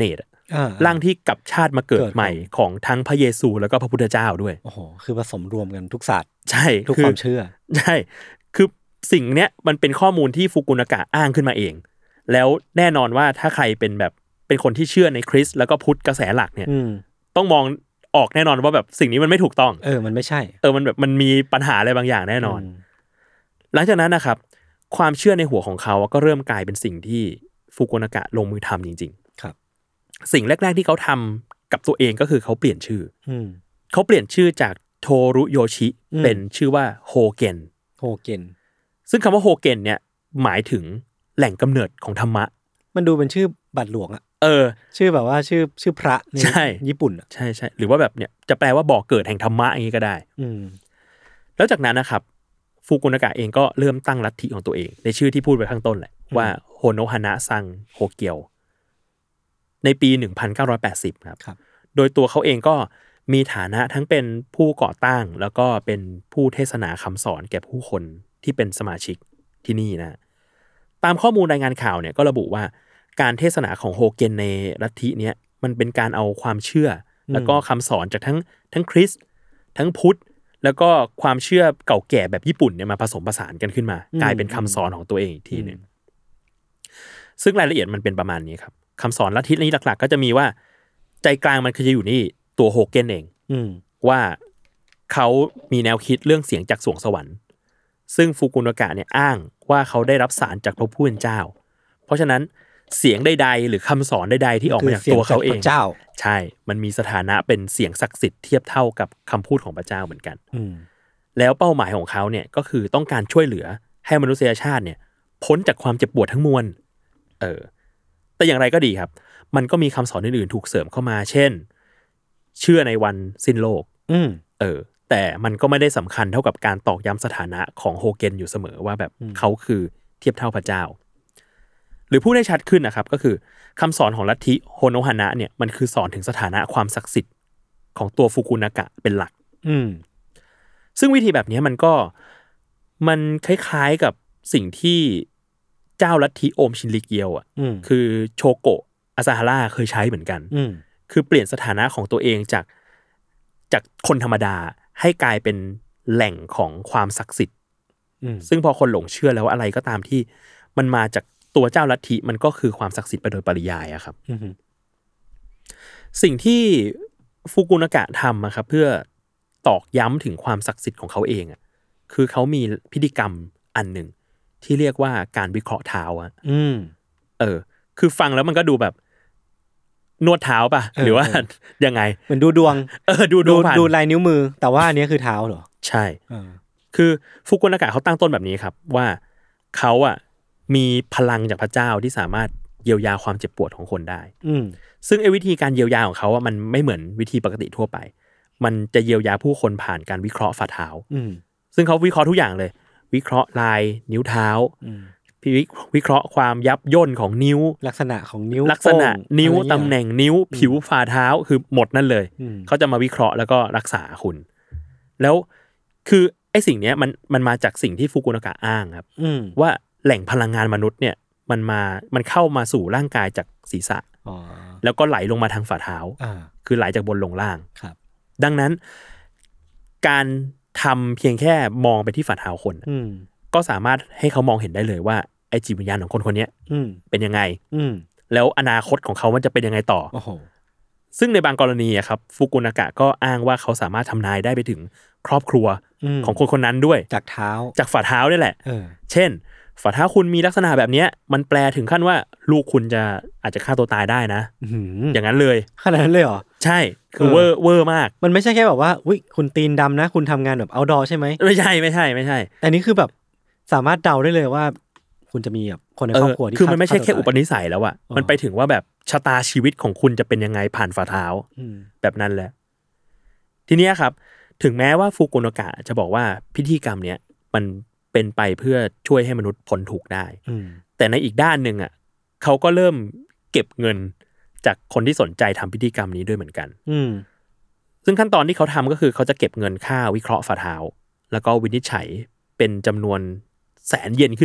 ร่างที่กลับชาติมาเกิดใหม่ของทั้งพระเยซูแล้วก็พระพุทธเจ้าด้วยโอ้โหคือผสมรวมกันทุกศาสตร์ใช่ทุกความเชื่อใช่คือสิ่งเนี้ยมันเป็นข้อมูลที่ฟุกุนากะอ้างขึ้นมาเองแล้วแน่นอนว่าถ้าใครเป็นแบบเป็นคนที่เชื่อในคริสต์แล้วก็พุทธกระแสหลักเนี่ยต้องมองออกแน่นอนว่าแบบสิ่งนี้มันไม่ถูกต้องเออมันไม่ใช่เออมันแบบมันมีปัญหาอะไรบางอย่างแน่นอนหลังจากนั้นนะครับความเชื่อในหัวของเขาก็เริ่มกลายเป็นสิ่งที่ฟุกุนากะลงมือทำจริงๆครับสิ่งแรกๆที่เขาทำกับตัวเองก็คือเขาเปลี่ยนชื่อเขาเปลี่ยนชื่อจากโทรุโยชิเป็นชื่อว่าโฮเกนโฮเกนซึ่งคำว่าโฮเกนเนี่ยหมายถึงแหล่งกำเนิดของธรรมะมันดูเป็นชื่อบัตรหลวงอะเออชื่อแบบว่าชื่อชื่อพระในญี่ปุ่นใช่ใช่หรือว่าแบบเนี่ยจะแปลว่าบ่อเกิดแห่งธรรมะอย่างนี้ก็ได้อืมแล้วจากนั้นนะครับฟุกุนากะเองก็เริ่มตั้งลัทธิของตัวเองในชื่อที่พูดไปข้างต้นแหละว่าโฮโนฮานะซังโฮเกียวในปีหนึ่งพันเก้าร้อยแปดสิบครับครับโดยตัวเขาเองก็มีฐานะทั้งเป็นผู้ก่อตั้งแล้วก็เป็นผู้เทศนาคำสอนแก่ผู้คนที่เป็นสมาชิกที่นี่นะตามข้อมูลรายงานข่าวเนี่ยก็ระบุว่าการเทศนาของโฮเกนในลัทธิเนี้ยมันเป็นการเอาความเชื่อแล้วก็คำสอนจากทั้งทั้งคริสต์ทั้งพุทธแล้วก็ความเชื่อเก่าแก่แบบญี่ปุ่นเนี่ยมาผสมผสานกันขึ้นมากลายเป็นคำสอนของตัวเองอีกทีนึงซึ่งรายละเอียดมันเป็นประมาณนี้ครับคำสอนลัทธินี้หลักๆก็จะมีว่าใจกลางมันคือจะอยู่นี่ตัวโฮเกนเองว่าเขามีแนวคิดเรื่องเสียงจากสวงสวรรค์ซึ่งฟุกุนากะเนี่ยอ้างว่าเขาได้รับสารจากพระผู้เป็นเจ้าเพราะฉะนั้นเสียงใดๆหรือคำสอนใดๆที่ออกมาจากตัวเขาเองใช่มันมีสถานะเป็นเสียงศักดิ์สิทธิ์เทียบเท่ากับคำพูดของพระเจ้าเหมือนกันแล้วเป้าหมายของเขาเนี่ยก็คือต้องการช่วยเหลือให้มนุษยชาติเนี่ยพ้นจากความเจ็บปวดทั้งมวลเออแต่อย่างไรก็ดีครับมันก็มีคำสอนอื่นๆถูกเสริมเข้ามาเช่นเชื่อในวันสิ้นโลกเออแต่มันก็ไม่ได้สำคัญเท่ากับการตอกย้ำสถานะของโฮเกนอยู่เสมอว่าแบบเขาคือเทียบเท่าพระเจ้าหรือพูดได้ชัดขึ้นนะครับก็คือคำสอนของลัทธิโฮโนฮานะเนี่ยมันคือสอนถึงสถานะความศักดิ์สิทธิ์ของตัวฟุกุนากะเป็นหลักซึ่งวิธีแบบนี้มันก็มันคล้ายๆกับสิ่งที่เจ้าลัทธิโอมชินริเกียวอ่ะคือโชโกะอาซาฮาระเคยใช้เหมือนกันคือเปลี่ยนสถานะของตัวเองจากจากคนธรรมดาให้กลายเป็นแหล่งของความศักดิ์สิทธิ์ซึ่งพอคนหลงเชื่อแล้วอะไรก็ตามที่มันมาจากตัวเจ้าลัทธิมันก็คือความศักดิ์สิทธิ์ไปโดยปริยายอะครับสิ่งที่ฟุกุนากะทำอะครับเพื่อตอกย้ำถึงความศักดิ์สิทธิ์ของเขาเองอะคือเขามีพิธีกรรมอันหนึ่งที่เรียกว่าการวิเคราะห์เท้าอะเออคือฟังแล้วมันก็ดูแบบนวดเท้าป่ะหรือว่ายังไงเหมือนดูดวงเออดูดวงดูลายนิ้วมือแต่ว่าอันนี้คือเท้าเหรอใช่คือฟุกุนากะเขาตั้งต้นแบบนี้ครับว่าเขาอะมีพลังจากพระเจ้าที่สามารถเยียวยาความเจ็บปวดของคนได้ซึ่งไอ้วิธีการเยียวยาของเขาอะมันไม่เหมือนวิธีปกติทั่วไปมันจะเยียวยาผู้คนผ่านการวิเคราะห์ฝ่าเท้าซึ่งเขาวิเคราะห์ทุกอย่างเลยวิเคราะห์ลายนิ้วเท้าวิเคราะห์ความยับย่นของนิ้วลักษณะของนิ้วลักษณะนิ้วตำแหน่งนิ้วผิวฝ่าเท้าคือหมดนั่นเลยเขาจะมาวิเคราะห์แล้วก็รักษาคุณแล้วคือไอ้สิ่งเนี้ยมันมันมาจากสิ่งที่ฟุกุนากะอ้างครับว่าแหล่งพลังงานมนุษย์เนี่ยมันมามันเข้ามาสู่ร่างกายจากศีรษะแล้วก็ไหลลงมาทางฝ่าเท้าคือไหลจากบนลงล่างดังนั้นการทำเพียงแค่มองไปที่ฝ่าเท้าคนก็สามารถให้เขามองเห็นได้เลยว่าไอ้จิตวิญญาณของคนคนนี้เป็นยังไงแล้วอนาคตของเขามันจะเป็นยังไงต่อซึ่งในบางกรณีอะครับฟุกุนากะก็อ้างว่าเขาสามารถทำนายได้ไปถึงครอบครัวของคนคนนั้นด้วยจากเท้าจากฝ่าเท้านี่แหละเช่นฝ่าเท้าคุณมีลักษณะแบบนี้มันแปลถึงขั้นว่าลูกคุณจะอาจจะฆ่าตัวตายได้นะอย่างนั้นเลยขนาดนั้นเลยเหรอใช่คือเวอร์เวอร์มากมันไม่ใช่แค่แบบว่าอุ๊ยคุณตีนดำนะคุณทำงานแบบเอาท์ดอร์ใช่ไหมไม่ใช่ไม่ใช่ไม่ใช่แต่นี้คือแบบสามารถเดาได้เลยว่าคุณจะมีแบบคนในครอบครัวที่คือมันไม่ใช่แค่อุปนิสัยแล้วอะมันไปถึงว่าแบบชะตาชีวิตของคุณจะเป็นยังไงผ่านฝ่าเท้าแบบนั้นแหละทีนี้ครับถึงแม้ว่าฟุกุนากะจะบอกว่าพิธีกรรมเนี้ยมันเป็นไปเพื่อช่วยให้มนุษย์พ้นทุกข์ได้แต่ในอีกด้านหนึ่งอ่ะเขาก็เริ่มเก็บเงินจากคนที่สนใจทำพิธีกรรมนี้ด้วยเหมือนกันซึ่งขั้นตอนที่เขาทำก็คือเขาจะเก็บเงินค่าวิเคราะห์ฝ่าเท้าแล้วก็วินิจฉัยเป็นจำนวนแสนเยนขึ้นไป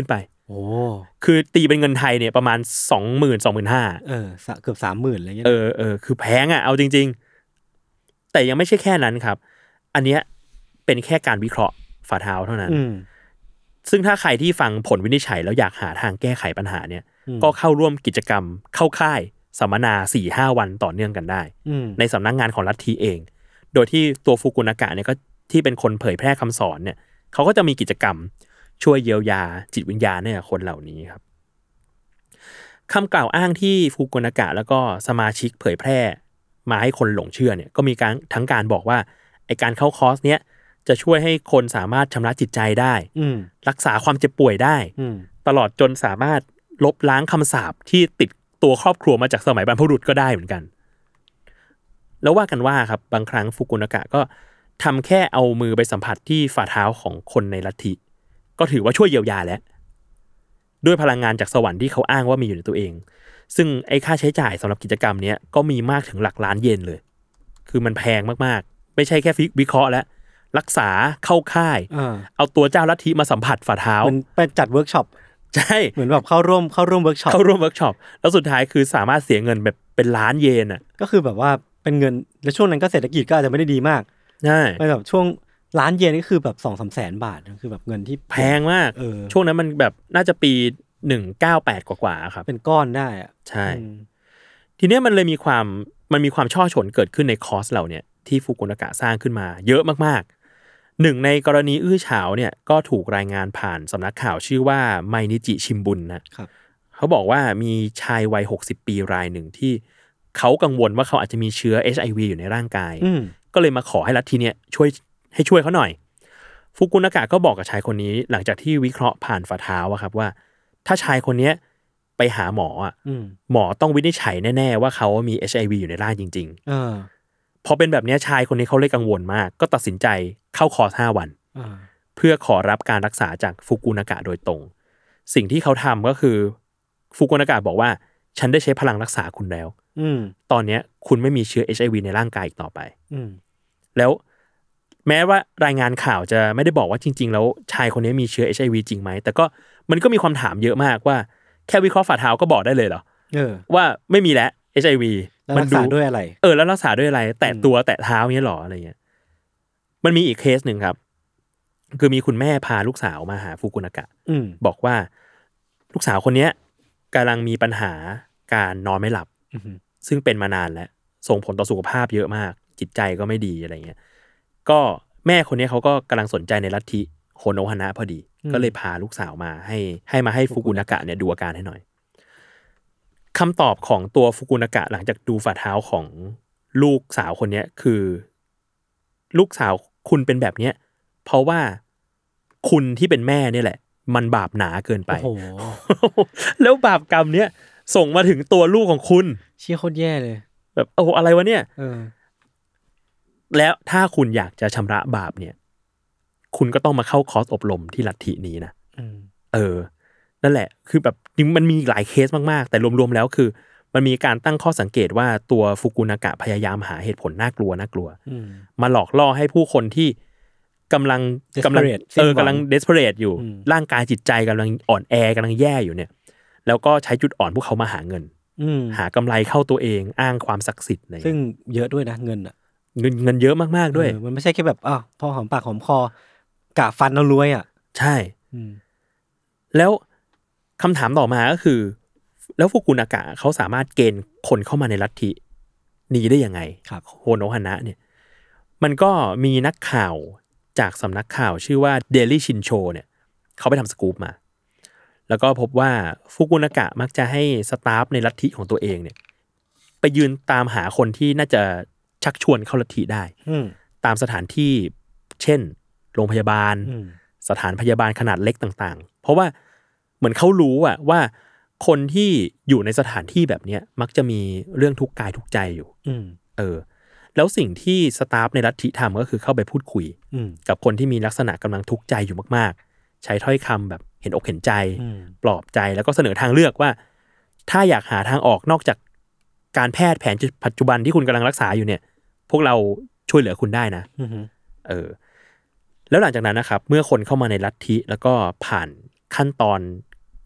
โอ้คือตีเป็นเงินไทยเนี่ยประมาณ สองหมื่น สองหมื่นห้าพันเออเกือบ สามหมื่น อะไรเงี้ยเออเออคือแพงอ่ะเอาจริงๆแต่ยังไม่ใช่แค่นั้นครับอันเนี้ยเป็นแค่การวิเคราะห์ฝ่าเท้าเท่านั้นซึ่งถ้าใครที่ฟังผลวินิจฉัยแล้วอยากหาทางแก้ไขปัญหาเนี่ยก็เข้าร่วมกิจกรรมเข้าค่ายสัมมนา สี่ห้า วันต่อเนื่องกันได้ในสำนักงานของลัทธิเองโดยที่ตัวฟุกุนากะเนี่ยก็ที่เป็นคนเผยแพร่คำสอนเนี่ยเขาก็จะมีกิจกรรมช่วยเยียวยาจิตวิญญาณให้กับคนเหล่านี้ครับคำกล่าวอ้างที่ฟุกุนากะแล้วก็สมาชิกเผยแพร่มาให้คนหลงเชื่อเนี่ยก็มีการทั้งการบอกว่าไอการเข้าคอร์สเนี้ยจะช่วยให้คนสามารถชำระจิตใจได้รักษาความเจ็บป่วยได้ตลอดจนสามารถลบล้างคำสาปที่ติดตัวครอบครัวมาจากสมัยบรรพบุรุษก็ได้เหมือนกันแล้วว่ากันว่าครับบางครั้งฟุกุนากะก็ทำแค่เอามือไปสัมผัสที่ฝ่าเท้าของคนในลัทธิก็ถือว่าช่วยเยียวยาแล้วด้วยพลังงานจากสวรรค์ที่เขาอ้างว่ามีอยู่ในตัวเองซึ่งไอ้ค่าใช้จ่ายสำหรับกิจกรรมนี้ก็มีมากถึงหลักล้านเยนเลยคือมันแพงมากๆไม่ใช่แค่วิเคราะห์แล้วรักษาเข้าค่ายเอาตัวเจ้าลัทธิมาสัมผัสฝ่าเท้ามันไปจัดเวิร์กช็อปใช่เหมือนแบบเข้าร่วมเข้าร่วมเวิร์กช็อปเข้าร่วมเวิร์กช็อปแล้วสุดท้ายคือสามารถเสียเงินแบบเป็นล้านเยนอ่ะก็คือแบบว่าเป็นเงินแล้วช่วงนั้นก็เศรษฐกิจก็อาจจะไม่ได้ดีมากใช่ไปแบบช่วงล้านเยนนี่คือแบบ สองถึงสาม แสนบาทคือแบบเงินที่แพงมากช่วงนั้นมันแบบน่าจะปีหนึ่งเก้าแปดกว่าๆครับเป็นก้อนได้อ่ะใช่ทีเนี้ยมันเลยมีความมันมีความช่อฉนเกิดขึ้นในคอร์สเหล่านี้ที่ฟุกุนากะสร้างขึ้นมาเยอะมากๆหนึ่งในกรณีอื้อฉาวเนี่ยก็ถูกรายงานผ่านสำนักข่าวชื่อว่าไมนิจิชิมบุนนะครับเขาบอกว่ามีชายวัยหกสิบปีรายหนึ่งที่เขากังวลว่าเขาอาจจะมีเชื้อ เอช ไอ วี อยู่ในร่างกายก็เลยมาขอให้ลัทธิเนี่ยช่วยให้ช่วยเขาหน่อยฟุกุนากะก็บอกกับชายคนนี้หลังจากที่วิเคราะห์ผ่านฝ่าเท้าอะครับว่าถ้าชายคนนี้ไปหาหมออ่ะหมอต้องวินิจฉัยแน่ๆว่าเขามี เอช ไอ วี อยู่ในร่างจริงๆเออพอเป็นแบบนี้ชายคนนี้เขาเลยกังวลมากก็ตัดสินใจเข้าคอร์สห้าวันเพื่อขอรับการรักษาจากฟุกุนากะโดยตรงสิ่งที่เขาทำก็คือฟุกุนากะบอกว่าฉันได้ใช้พลังรักษาคุณแล้วตอนนี้คุณไม่มีเชื้อ เอช ไอ วี ในร่างกายอีกต่อไปแล้วแม้ว่ารายงานข่าวจะไม่ได้บอกว่าจริงๆแล้วชายคนนี้มีเชื้อ เอช ไอ วี จริงไหมแต่ก็มันก็มีความถามเยอะมากว่าแค่วิเคราะห์ฝ่าเท้าก็บอกได้เลยเหรอเออว่าไม่มีแล้ว เอช ไอ วีมันดูด้วยอะไรเออแล้วรักษาด้วยอะไรแตะตัวแตะเท้าอย่างเงี้ยหรออะไรเงี้ยมันมีอีกเคสหนึ่งครับคือมีคุณแม่พาลูกสาวมาหาฟุกุนากะบอกว่าลูกสาวคนนี้กำลังมีปัญหาการนอนไม่หลับซึ่งเป็นมานานแล้วส่งผลต่อสุขภาพเยอะมากจิตใจก็ไม่ดีอะไรเงี้ยก็แม่คนนี้เขาก็กำลังสนใจในลัทธิโฮโนะฮานะพอดีก็เลยพาลูกสาวมาให้ให้มาให้ฟุกุนากะเนี่ยดูอาการให้หน่อยคำตอบของตัวฟุกุนากะหลังจากดูฝ่าเท้าของลูกสาวคนนี้คือลูกสาวคุณเป็นแบบเนี้ยเพราะว่าคุณที่เป็นแม่เนี่ยแหละมันบาปหนาเกินไป แล้วบาปกรรมเนี้ยส่งมาถึงตัวลูกของคุณเชี่ยโคตรแย่เลยแบบโอ้อะไรวะเนี่ยเออแล้วถ้าคุณอยากจะชำระบาปเนี่ยคุณก็ต้องมาเข้าคอร์สอบรมที่ลัทธินี้นะเออนั่นแหละคือแบบมันมีหลายเคสมากๆแต่รวมๆแล้วคือมันมีการตั้งข้อสังเกตว่าตัวฟุกุนากะพยายามหาเหตุผลน่ากลัวน่ากลัวมาหลอกล่อให้ผู้คนที่กำลังกำลังเออกำลัง desperate อยู่ร่างกายจิตใจกำลังอ่อนแอกำลังแย่อยู่เนี่ยแล้วก็ใช้จุดอ่อนพวกเขามาหาเงินหากำไรเข้าตัวเองอ้างความศักดิ์สิทธิ์อะไรซึ่งเยอะด้วยนะเงินอ่ะเงินเงินเยอะมากๆด้วยมันไม่ใช่แค่แบบอ้าวพอหอมปากหอมคอกะฟันเรารวยอ่ะใช่แล้วคำถามต่อมาก็คือแล้วฟุกุนากะเขาสามารถเกณฑ์คนเข้ามาในลัทธินี้ได้ยังไงโฮโนะฮานะเนี่ยมันก็มีนักข่าวจากสำนักข่าวชื่อว่า Daily Shincho เนี่ยเขาไปทำสกู๊ปมาแล้วก็พบว่าฟุกุนากะมักจะให้สตาฟในลัทธิของตัวเองเนี่ยไปยืนตามหาคนที่น่าจะชักชวนเข้าลัทธิได้ตามสถานที่เช่นโรงพยาบาลสถานพยาบาลขนาดเล็กต่างๆเพราะว่าเหมือนเขารู้อะว่าคนที่อยู่ในสถานที่แบบนี้มักจะมีเรื่องทุกข์กายทุกข์ใจอยู่เออแล้วสิ่งที่สตาฟในลัทธิทำก็คือเข้าไปพูดคุยกับคนที่มีลักษณะกำลังทุกข์ใจอยู่มากๆใช้ถ้อยคำแบบเห็นอกเห็นใจปลอบใจแล้วก็เสนอทางเลือกว่าถ้าอยากหาทางออกนอกจากการแพทย์แผนปัจจุบันที่คุณกำลังรักษาอยู่เนี่ยพวกเราช่วยเหลือคุณได้นะเออแล้วหลังจากนั้นนะครับเมื่อคนเข้ามาในลัทธิแล้วก็ผ่านขั้นตอน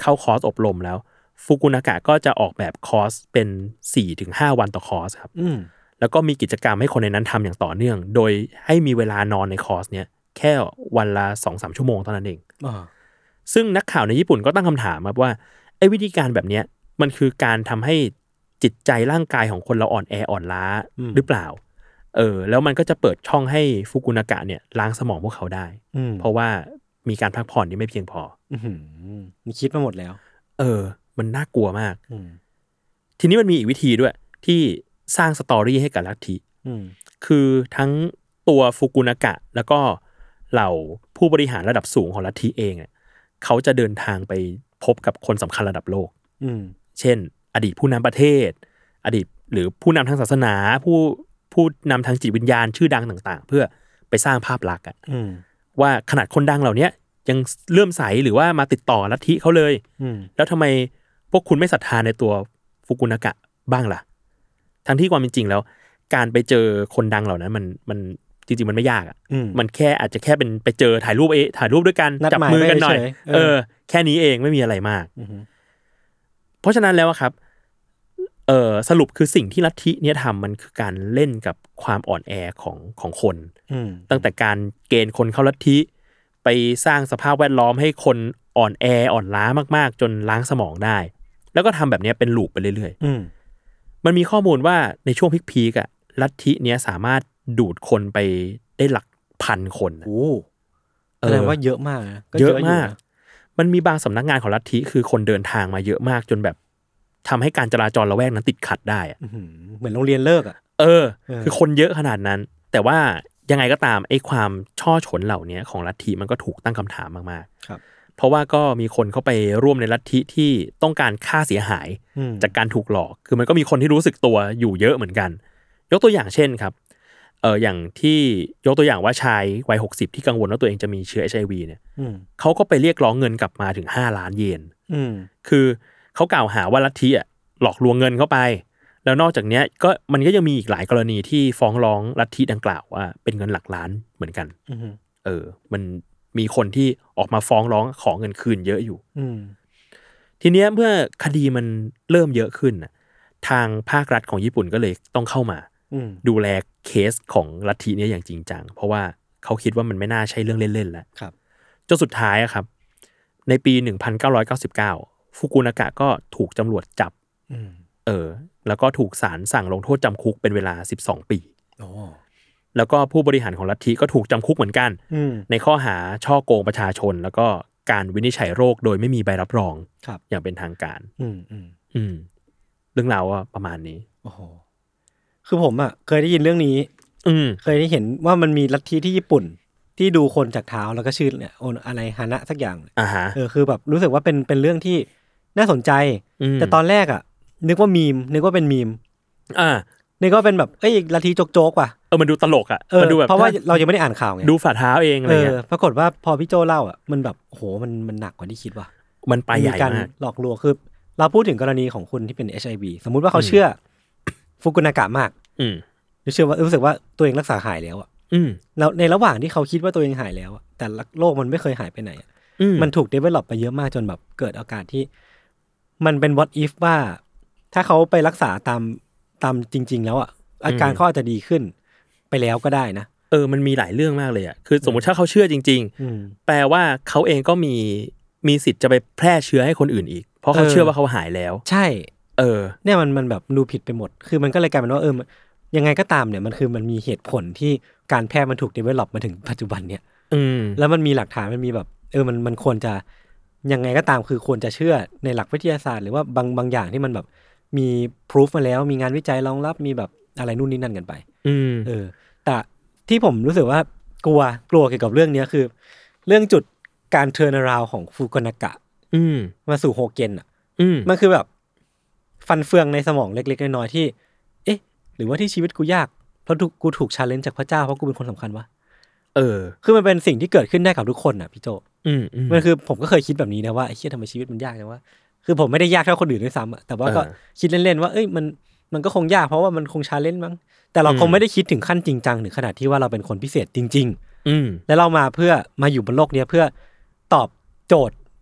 เข้าคอร์สอบรมแล้วฟุกุนากะก็จะออกแบบคอร์สเป็น สี่ถึงห้า วันต่อคอร์สครับแล้วก็มีกิจกรรมให้คนในนั้นทำอย่างต่อเนื่องโดยให้มีเวลานอนในคอร์สเนี้ยแค่วันละ สองถึงสาม ชั่วโมงเท่านั้นเองซึ่งนักข่าวในญี่ปุ่นก็ตั้งคำถามครับว่าไอ้วิธีการแบบเนี้ยมันคือการทำให้จิตใจร่างกายของคนเราอ่อนแออ่อนล้าหรือเปล่าเออแล้วมันก็จะเปิดช่องให้ฟุกุนากะเนี่ยล้างสมองพวกเขาได้เพราะว่ามีการพักผ่อนที่ไม่เพียงพอมีคิดมาหมดแล้วเออมันน่ากลัวมากทีนี้มันมีอีกวิธีด้วยที่สร้างสตอรี่ให้กับลัทธิคือทั้งตัวฟุกุนากะแล้วก็เหล่าผู้บริหารระดับสูงของลัทธิเองอ่ะเขาจะเดินทางไปพบกับคนสำคัญระดับโลกเช่นอดีตผู้นำประเทศอดีตหรือผู้นำทางศาสนาผู้ผู้นำทางจิตวิญญาณชื่อดังต่างๆเพื่อไปสร้างภาพลักษณ์อ่ะว่าขนาดคนดังเหล่านี้ยังเลื่อมใสหรือว่ามาติดต่อลัทธิเขาเลยแล้วทำไมพวกคุณไม่ศรัทธาในตัวฟุกุนากะบ้างล่ะทั้งที่ความเป็นจริงแล้วการไปเจอคนดังเหล่านั้นมันมันจริงๆมันไม่ยากอ่ะมันแค่อาจจะแค่เป็นไปเจอถ่ายรูปเอถ่ายรูปด้วยกันจับมือกันหน่อยเออแค่นี้เองไม่มีอะไรมากเพราะฉะนั้นแล้วครับเออสรุปคือสิ่งที่ลัทธิเนี้ยทำมันคือการเล่นกับความอ่อนแอของของคนตั้งแต่การเกณฑ์คนเข้าลัทธิไปสร้างสภาพแวดล้อมให้คนอ่อนแออ่อนล้ามากๆจนล้างสมองได้แล้วก็ทำแบบนี้เป็นลูปไปเรื่อยๆมันมีข้อมูลว่าในช่วงพีคๆอ่ะลัทธิเนี้ยสามารถดูดคนไปได้หลักพันคนโอ้แสดงว่าเยอะมากนะเยอะมากมันมีบางสำนักงานของลัทธิคือคนเดินทางมาเยอะมากจนแบบทำให้การจราจรละแวกนั้นติดขัดได้อ่ะเหมือนโรงเรียนเลิกอ่ะเออคือคนเยอะขนาดนั้นแต่ว่ายังไงก็ตามไอ้ความช่อฉนเหล่านี้ของลัทธิมันก็ถูกตั้งคำถามมากๆครับเพราะว่าก็มีคนเข้าไปร่วมในลัทธิที่ต้องการค่าเสียหายจากการถูกหลอกคือมันก็มีคนที่รู้สึกตัวอยู่เยอะเหมือนกันยกตัวอย่างเช่นครับเอออย่างที่ยกตัวอย่างว่าชายวัยหกสิบที่กังวลว่าตัวเองจะมีเชื้อ เอช ไอ วี เนี่ยเขาก็ไปเรียกร้องเงินกลับมาถึงห้าล้านเยนคือเขากล่าวหาว่าลัทธิอ่ะหลอกลวงเงินเข้าไปแล้วนอกจากนี้ก็มันก็ยังมีอีกหลายกรณีที่ฟ้องร้องลัทธิดังกล่าวว่าเป็นเงินหลักล้านเหมือนกันเออมันมีคนที่ออกมาฟ้องร้องขอเงินคืนเยอะอยู่ทีเนี้ยเมื่อคดีมันเริ่มเยอะขึ้นน่ะทางภาครัฐของญี่ปุ่นก็เลยต้องเข้ามาดูแลเคสของลัทธินี้อย่างจริงจังเพราะว่าเขาคิดว่ามันไม่น่าใช่เรื่องเล่นๆแล้วจนสุดท้ายครับในปีหนึ่งพันเก้าร้อยเก้าสิบเก้าฟุกุนากะก็ถูกตำรวจจับเออแล้วก็ถูกศาลสั่งลงโทษจำคุกเป็นเวลาสิบสองปีแล้วก็ผู้บริหารของลัทธิก็ถูกจำคุกเหมือนกันในข้อหาฉ้อโกงประชาชนแล้วก็การวินิจฉัยโรคโดยไม่มีใบรับรองอย่างเป็นทางการเรื่องราวว่าประมาณนี้โอ้โหคือผมอ่ะเคยได้ยินเรื่องนี้เคยได้เห็นว่ามันมีลัทธิที่ญี่ปุ่นที่ดูคนจากเท้าแล้วก็ชื่อเนี่ยอะไรฮานะสักอย่างอ่าฮะเออคือแบบรู้สึกว่าเป็นเป็นเรื่องที่น่าสนใจแต่ตอนแรกอ่ะนึกว่ามีมนึกว่าเป็นมีมอ่านึกว่าเป็นแบบเอ้ยลัทธิโจ๊กๆว่ะเออมันดูตลกอ่ะมันดูแบบเพราะว่าเรายังไม่ได้อ่านข่าวไงดูฝ่าเท้าเองอะไรเงี้ยปรากฏว่าพอพี่โจเล่าอ่ะมันแบบโหมันมันหนักกว่าที่คิดว่ะมันไปใหญ่มากหลอกลวงคือเราพูดถึงกรณีของคนที่เป็น เอช ไอ วี สมมุติว่าเขาเชื่อฟุกุนากะมากอืมเชื่อว่ารู้สึกว่าตัวเองรักษาหายแล้วอ่ะแล้วในระหว่างที่เขาคิดว่าตัวเองหายแล้วอ่ะแต่โรคมันไม่เคยหายไปไหนมันถูก develop ไปเยอะมากจนแบบเกิดอาการที่มันเป็น what if ว่าถ้าเขาไปรักษาตามตามจริงๆแล้วอ่ะอาการเขาอาจจะดีขึ้นไปแล้วก็ได้นะเออมันมีหลายเรื่องมากเลยอ่ะคือสมมติถ้าเขาเชื่อจริงๆแปลว่าเขาเองก็มีมีสิทธิ์จะไปแพร่เชื้อให้คนอื่นอีกเพราะเขาเชื่อว่าเขาหายแล้วใช่เออเนี่ยมันมันแบบดูผิดไปหมดคือมันก็เลยกลายเป็นว่าเออยังไงก็ตามเนี่ยมันคือมันมีเหตุผลที่การแพร่มันถูก develop มาถึงปัจจุบันเนี่ยแล้วมันมีหลักฐานมันมีแบบเออมันมันควรจะยังไงก็ตามคือควรจะเชื่อในหลักวิทยาศาสตร์หรือว่าบางบางอย่างที่มันแบบมีพิสูจมาแล้วมีงานวิจัยรองรับมีแบบอะไรนู่นนี่นั่นกันไปเออแต่ที่ผมรู้สึกว่ากลัวกลัวเกี่ยวกับเรื่องนี้คือเรื่องจุดการเทิร์นอราวด์ของฟุกุนากะมาสู่โฮเก็นอ่ะมันคือแบบฟันเฟืองในสมองเล็กๆน้อยๆที่เอ๊ะหรือว่าที่ชีวิตกูยากเพราะกูถูกชาเลนจ์จากพระเจ้าเพราะกูเป็นคนสำคัญวะเออคือมันเป็นสิ่งที่เกิดขึ้นได้กับทุกคนอ่ะพี่โจมันคือผมก็เคยคิดแบบนี้นะว่าไอ้เหี้ยทำไมชีวิตมันยากจังวะคือผมไม่ได้ยากเท่าคนอื่นด้วยซ้ำอ่ะแต่ว่าก็คิดเล่นๆว่าเอ้ยมันมันก็คงยากเพราะว่ามันคงชาเลนจ์มั้งแต่เราคงไม่ได้คิดถึงขั้นจริงจังถึงขนาดที่ว่าเราเป็นคนพิเศษจริงๆแล้วเรามาเพื่อมาอยู่บนโลกนี้เพื่อตอบโจทย์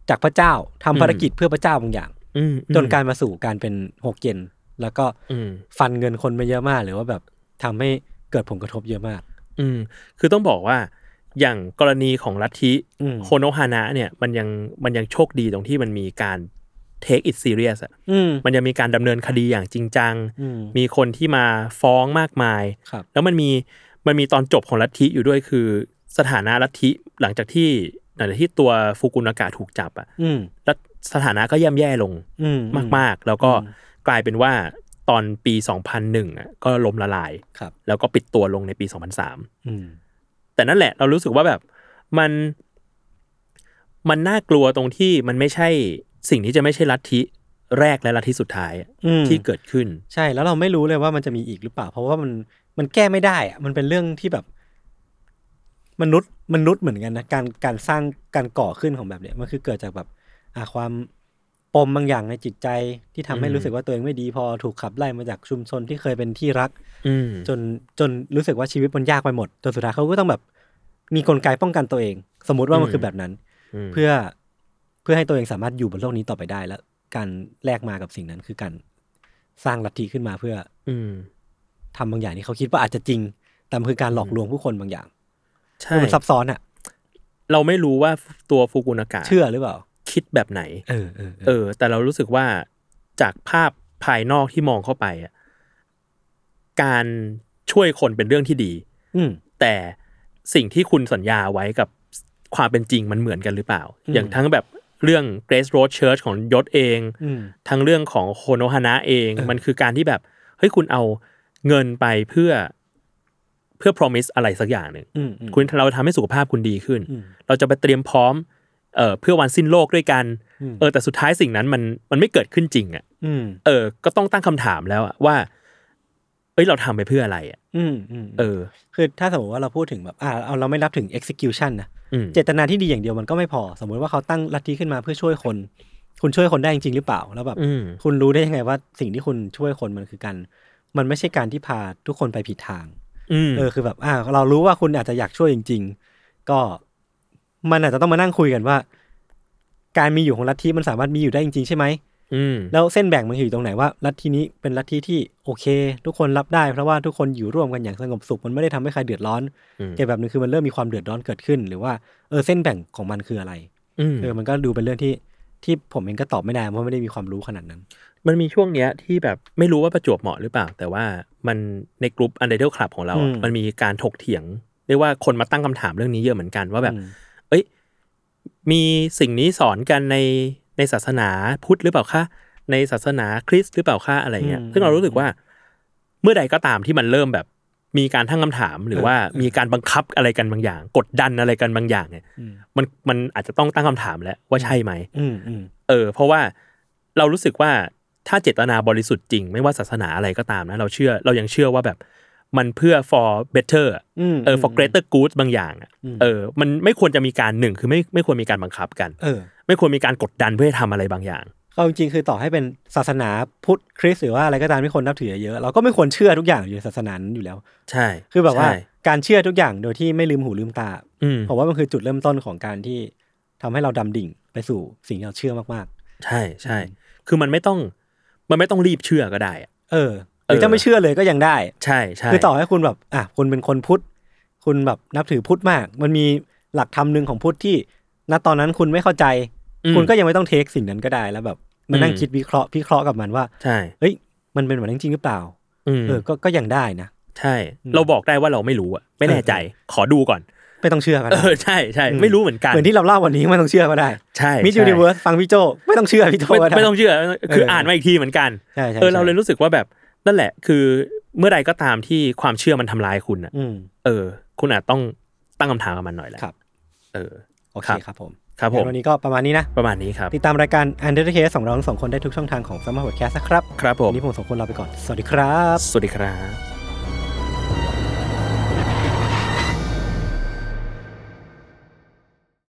จากพระเจ้าทำภารกิจเพื่อพระเจ้าบางอย่างจนการมาสู่การเป็นโฮเก็นแล้วก็ฟันเงินคนไปเยอะมากหรือว่าแบบทำให้เกิดผลกระทบเยอะมากอืมคือต้องบอกว่าอย่างกรณีของลัทธิโคโนฮานะเนี่ยมันยังมันยังโชคดีตรงที่มันมีการ take it serious อ่ะมันยังมีการดำเนินคดีอย่างจริงจังมีคนที่มาฟ้องมากมายแล้วมันมีมันมีตอนจบของลัทธิอยู่ด้วยคือสถานะลัทธิหลังจากที่หลังจากที่ตัวฟุกุนากะถูกจับอ่ะแล้วสถานะก็ย่ำแย่ลงมากๆแล้วก็กลายเป็นว่าตอนปีสองพันหนึ่งอ่ะก็ล้มละลายแล้วก็ปิดตัวลงในปีสองพันสามอืมแต่นั่นแหละเรารู้สึกว่าแบบมันมันน่ากลัวตรงที่มันไม่ใช่สิ่งที่จะไม่ใช่ลัทธิแรกและลัทธิสุดท้ายที่เกิดขึ้นใช่แล้วเราไม่รู้เลยว่ามันจะมีอีกหรือเปล่าเพราะว่ามันมันแก้ไม่ได้อ่ะมันเป็นเรื่องที่แบบมนุษย์มนุษย์เหมือนกันนะการการสร้างการก่อขึ้นของแบบเนี้ยมันคือเกิดจากแบบอ่าความปมบางอย่างในจิตใจที่ทำให้รู้สึกว่าตัวเองไม่ดีพอถูกขับไล่มาจากชุมชนที่เคยเป็นที่รักจนจนรู้สึกว่าชีวิตมันยากไปหมดจนสุดท้ายเขาก็ต้องแบบมีกลไกป้องกันตัวเองสมมุติว่ามันคือแบบนั้นเพื่อเพื่อให้ตัวเองสามารถอยู่บนโลกนี้ต่อไปได้แล้วการแลกมากับสิ่งนั้นคือการสร้างลัทธิขึ้นมาเพื่อทำบางอย่างที่เขาคิดว่าอาจจะจริงแต่มันคือการหลอกลวงผู้คนบางอย่างใช่มันซับซ้อนอ่ะเราไม่รู้ว่าตัวฟุกุนากะเชื่อหรือเปล่าคิดแบบไหนเออเออเออแต่เรารู้สึกว่าจากภาพภายนอกที่มองเข้าไปอ่ะการช่วยคนเป็นเรื่องที่ดีแต่สิ่งที่คุณสัญญาไว้กับความเป็นจริงมันเหมือนกันหรือเปล่าอย่างทั้งแบบเรื่อง Grace Road Church ของยศเองทั้งเรื่องของโคโนฮานะเองมันคือการที่แบบเฮ้ยคุณเอาเงินไปเพื่อเพื่อ promise อะไรสักอย่างหนึ่งคุณเราทำให้สุขภาพคุณดีขึ้นเราจะไปเตรียมพร้อมเอ่อเพื่อวันสิ้นโลกด้วยกันเออแต่สุดท้ายสิ่งนั้นมันมันไม่เกิดขึ้นจริงอ่ะเออก็ต้องตั้งคำถามแล้วอ่ะว่าเอ้ยเราทำไปเพื่ออะไรอ่ะเออคือถ้าสมมติว่าเราพูดถึงแบบอ่าเอาเราไม่รับถึง execution นะเจตนาที่ดีอย่างเดียวมันก็ไม่พอสมมติว่าเขาตั้งลัทธิขึ้นมาเพื่อช่วยคนคุณช่วยคนได้จริงๆหรือเปล่าแล้วแบบคุณรู้ได้ยังไงว่าสิ่งที่คุณช่วยคนมันคือการมันไม่ใช่การที่พาทุกคนไปผิดทางเออคือแบบอ่าเรารู้ว่าคุณอาจจะอยากช่วยจริงๆก็มันอาจจะต้องมานั่งคุยกันว่าการมีอยู่ของลัทธิมันสามารถมีอยู่ได้จริงๆใช่ไหมแล้วเส้นแบ่งมันอยู่ตรงไหนว่าลัทธินี้เป็นลัทธิที่โอเคทุกคนรับได้เพราะว่าทุกคนอยู่ร่วมกันอย่างสงบสุขมันไม่ได้ทำให้ใครเดือดร้อนเกี่ยวแบบนึงคือมันเริ่มมีความเดือดร้อนเกิดขึ้นหรือว่าเออเส้นแบ่งของมันคืออะไรเออมันก็ดูเป็นเรื่องที่ที่ผมเองก็ตอบไม่ได้เพราะไม่ได้มีความรู้ขนาดนั้นมันมีช่วงเนี้ยที่แบบไม่รู้ว่าประจวบเหมาะหรือเปล่าแต่ว่ามันในกลุ่ม Untitled Club ของเรามันมีการถกเถียงเรียกว่าคนมาตั้งคำถามเรื่องนี้เยอะเหมือนกันว่าแบบเอ้ยมีสิ่งนี้สอนกันในในศาสนาพุทธหรือเปล่าคะในศาสนาคริสต์หรือเปล่าคะอะไรเงี้ยซึ่งเรารู้สึกว่าเมื่อใดก็ตามที่มันเริ่มแบบมีการตั้งคำถามหรือว่ามีการบังคับอะไรกันบางอย่างกดดันอะไรกันบางอย่างเนี่ยมันมันอาจจะต้องตั้งคำถามแล้วว่าใช่ไหมเออเพราะว่าเรารู้สึกว่าถ้าเจตนาบริสุทธิ์จริงไม่ว่าศาสนาอะไรก็ตามนะเราเชื่อเรายังเชื่อว่าแบบมันเพื่อ for better เออ for greater good บางอย่างเออมันไม่ควรจะมีการหนึ่งคือไม่ไม่ควรมีการบังคับกันเออไม่ควรมีการกดดันเพื่อให้ทำอะไรบางอย่างเอาจริงๆคือต่อให้เป็นศาสนาพุทธคริสต์หรือว่าอะไรก็ตามที่คนนับถือเยอะเราก็ไม่ควรเชื่อทุกอย่างอยู่ในศาสนานั้นอยู่แล้วใช่คือแบบว่าการเชื่อทุกอย่างโดยที่ไม่ลืมหูลืมตาผมว่ามันคือจุดเริ่มต้นของการที่ทำให้เราดำดิ่งไปสู่สิ่งที่เราเชื่อมากๆใช่ใช่คือมันไม่ต้องมันไม่ต้องรีบเชื่อก็ได้เออหรือถ้าไม่เชื่อเลยก็ยังได้ใช่ใช่คือต่อให้คุณแบบอ่ะคุณเป็นคนพุทธคุณแบบนับถือพุทธมากมันมีหลักธรรมนึงของพุทธที่ณตอนนั้นคุณไม่เข้าใจคุณก็ยังไม่ต้องเทคสิ่งนั้นก็ได้แล้วแบบมานั่งคิดวิเคราะห์พิเคราะห์กับมันว่าใช่เฮ้ยมันเป็นแบบนั้นจริงหรือเปล่าเออก็ก็ยังได้นะใช่เราบอกได้ว่าเราไม่รู้อ่ะไม่แน่ใจขอดูก่อนไม่ต้องเชื่อก็ได้เออใช่ใช่ไม่รู้เหมือนกันเหมือนที่เราเล่าวันนี้ไม่ต้องเชื่อก็ได้ใช่มิสยูนิเวิร์สฟังพี่โจไม่ต้องเชื่อพี่โจก็ได้ไม่ต้องเชื่อคืออ่านมาอีกทีเหมือนกันเออเราเลยรู้สึกว่าแบบนั่นแหละคือเมื่อใดก็ตามที่ความเชื่อมันทำลายคุณอ่ะเออคุณอาจต้องตั้งคำถามกับมันหน่อยแหละเออโอเคครับผมครับผมวันนี้ก็ประมาณนี้นะประมาณนี้ครับติดตามรายการ Untitled Case ของเราทั้งสองคนได้ทุกช่องทางของ Summer Podcast นะครับครับผมวันนี้ผมสองคนลาไปก่อนสวัสดีครับสวัสดีครับ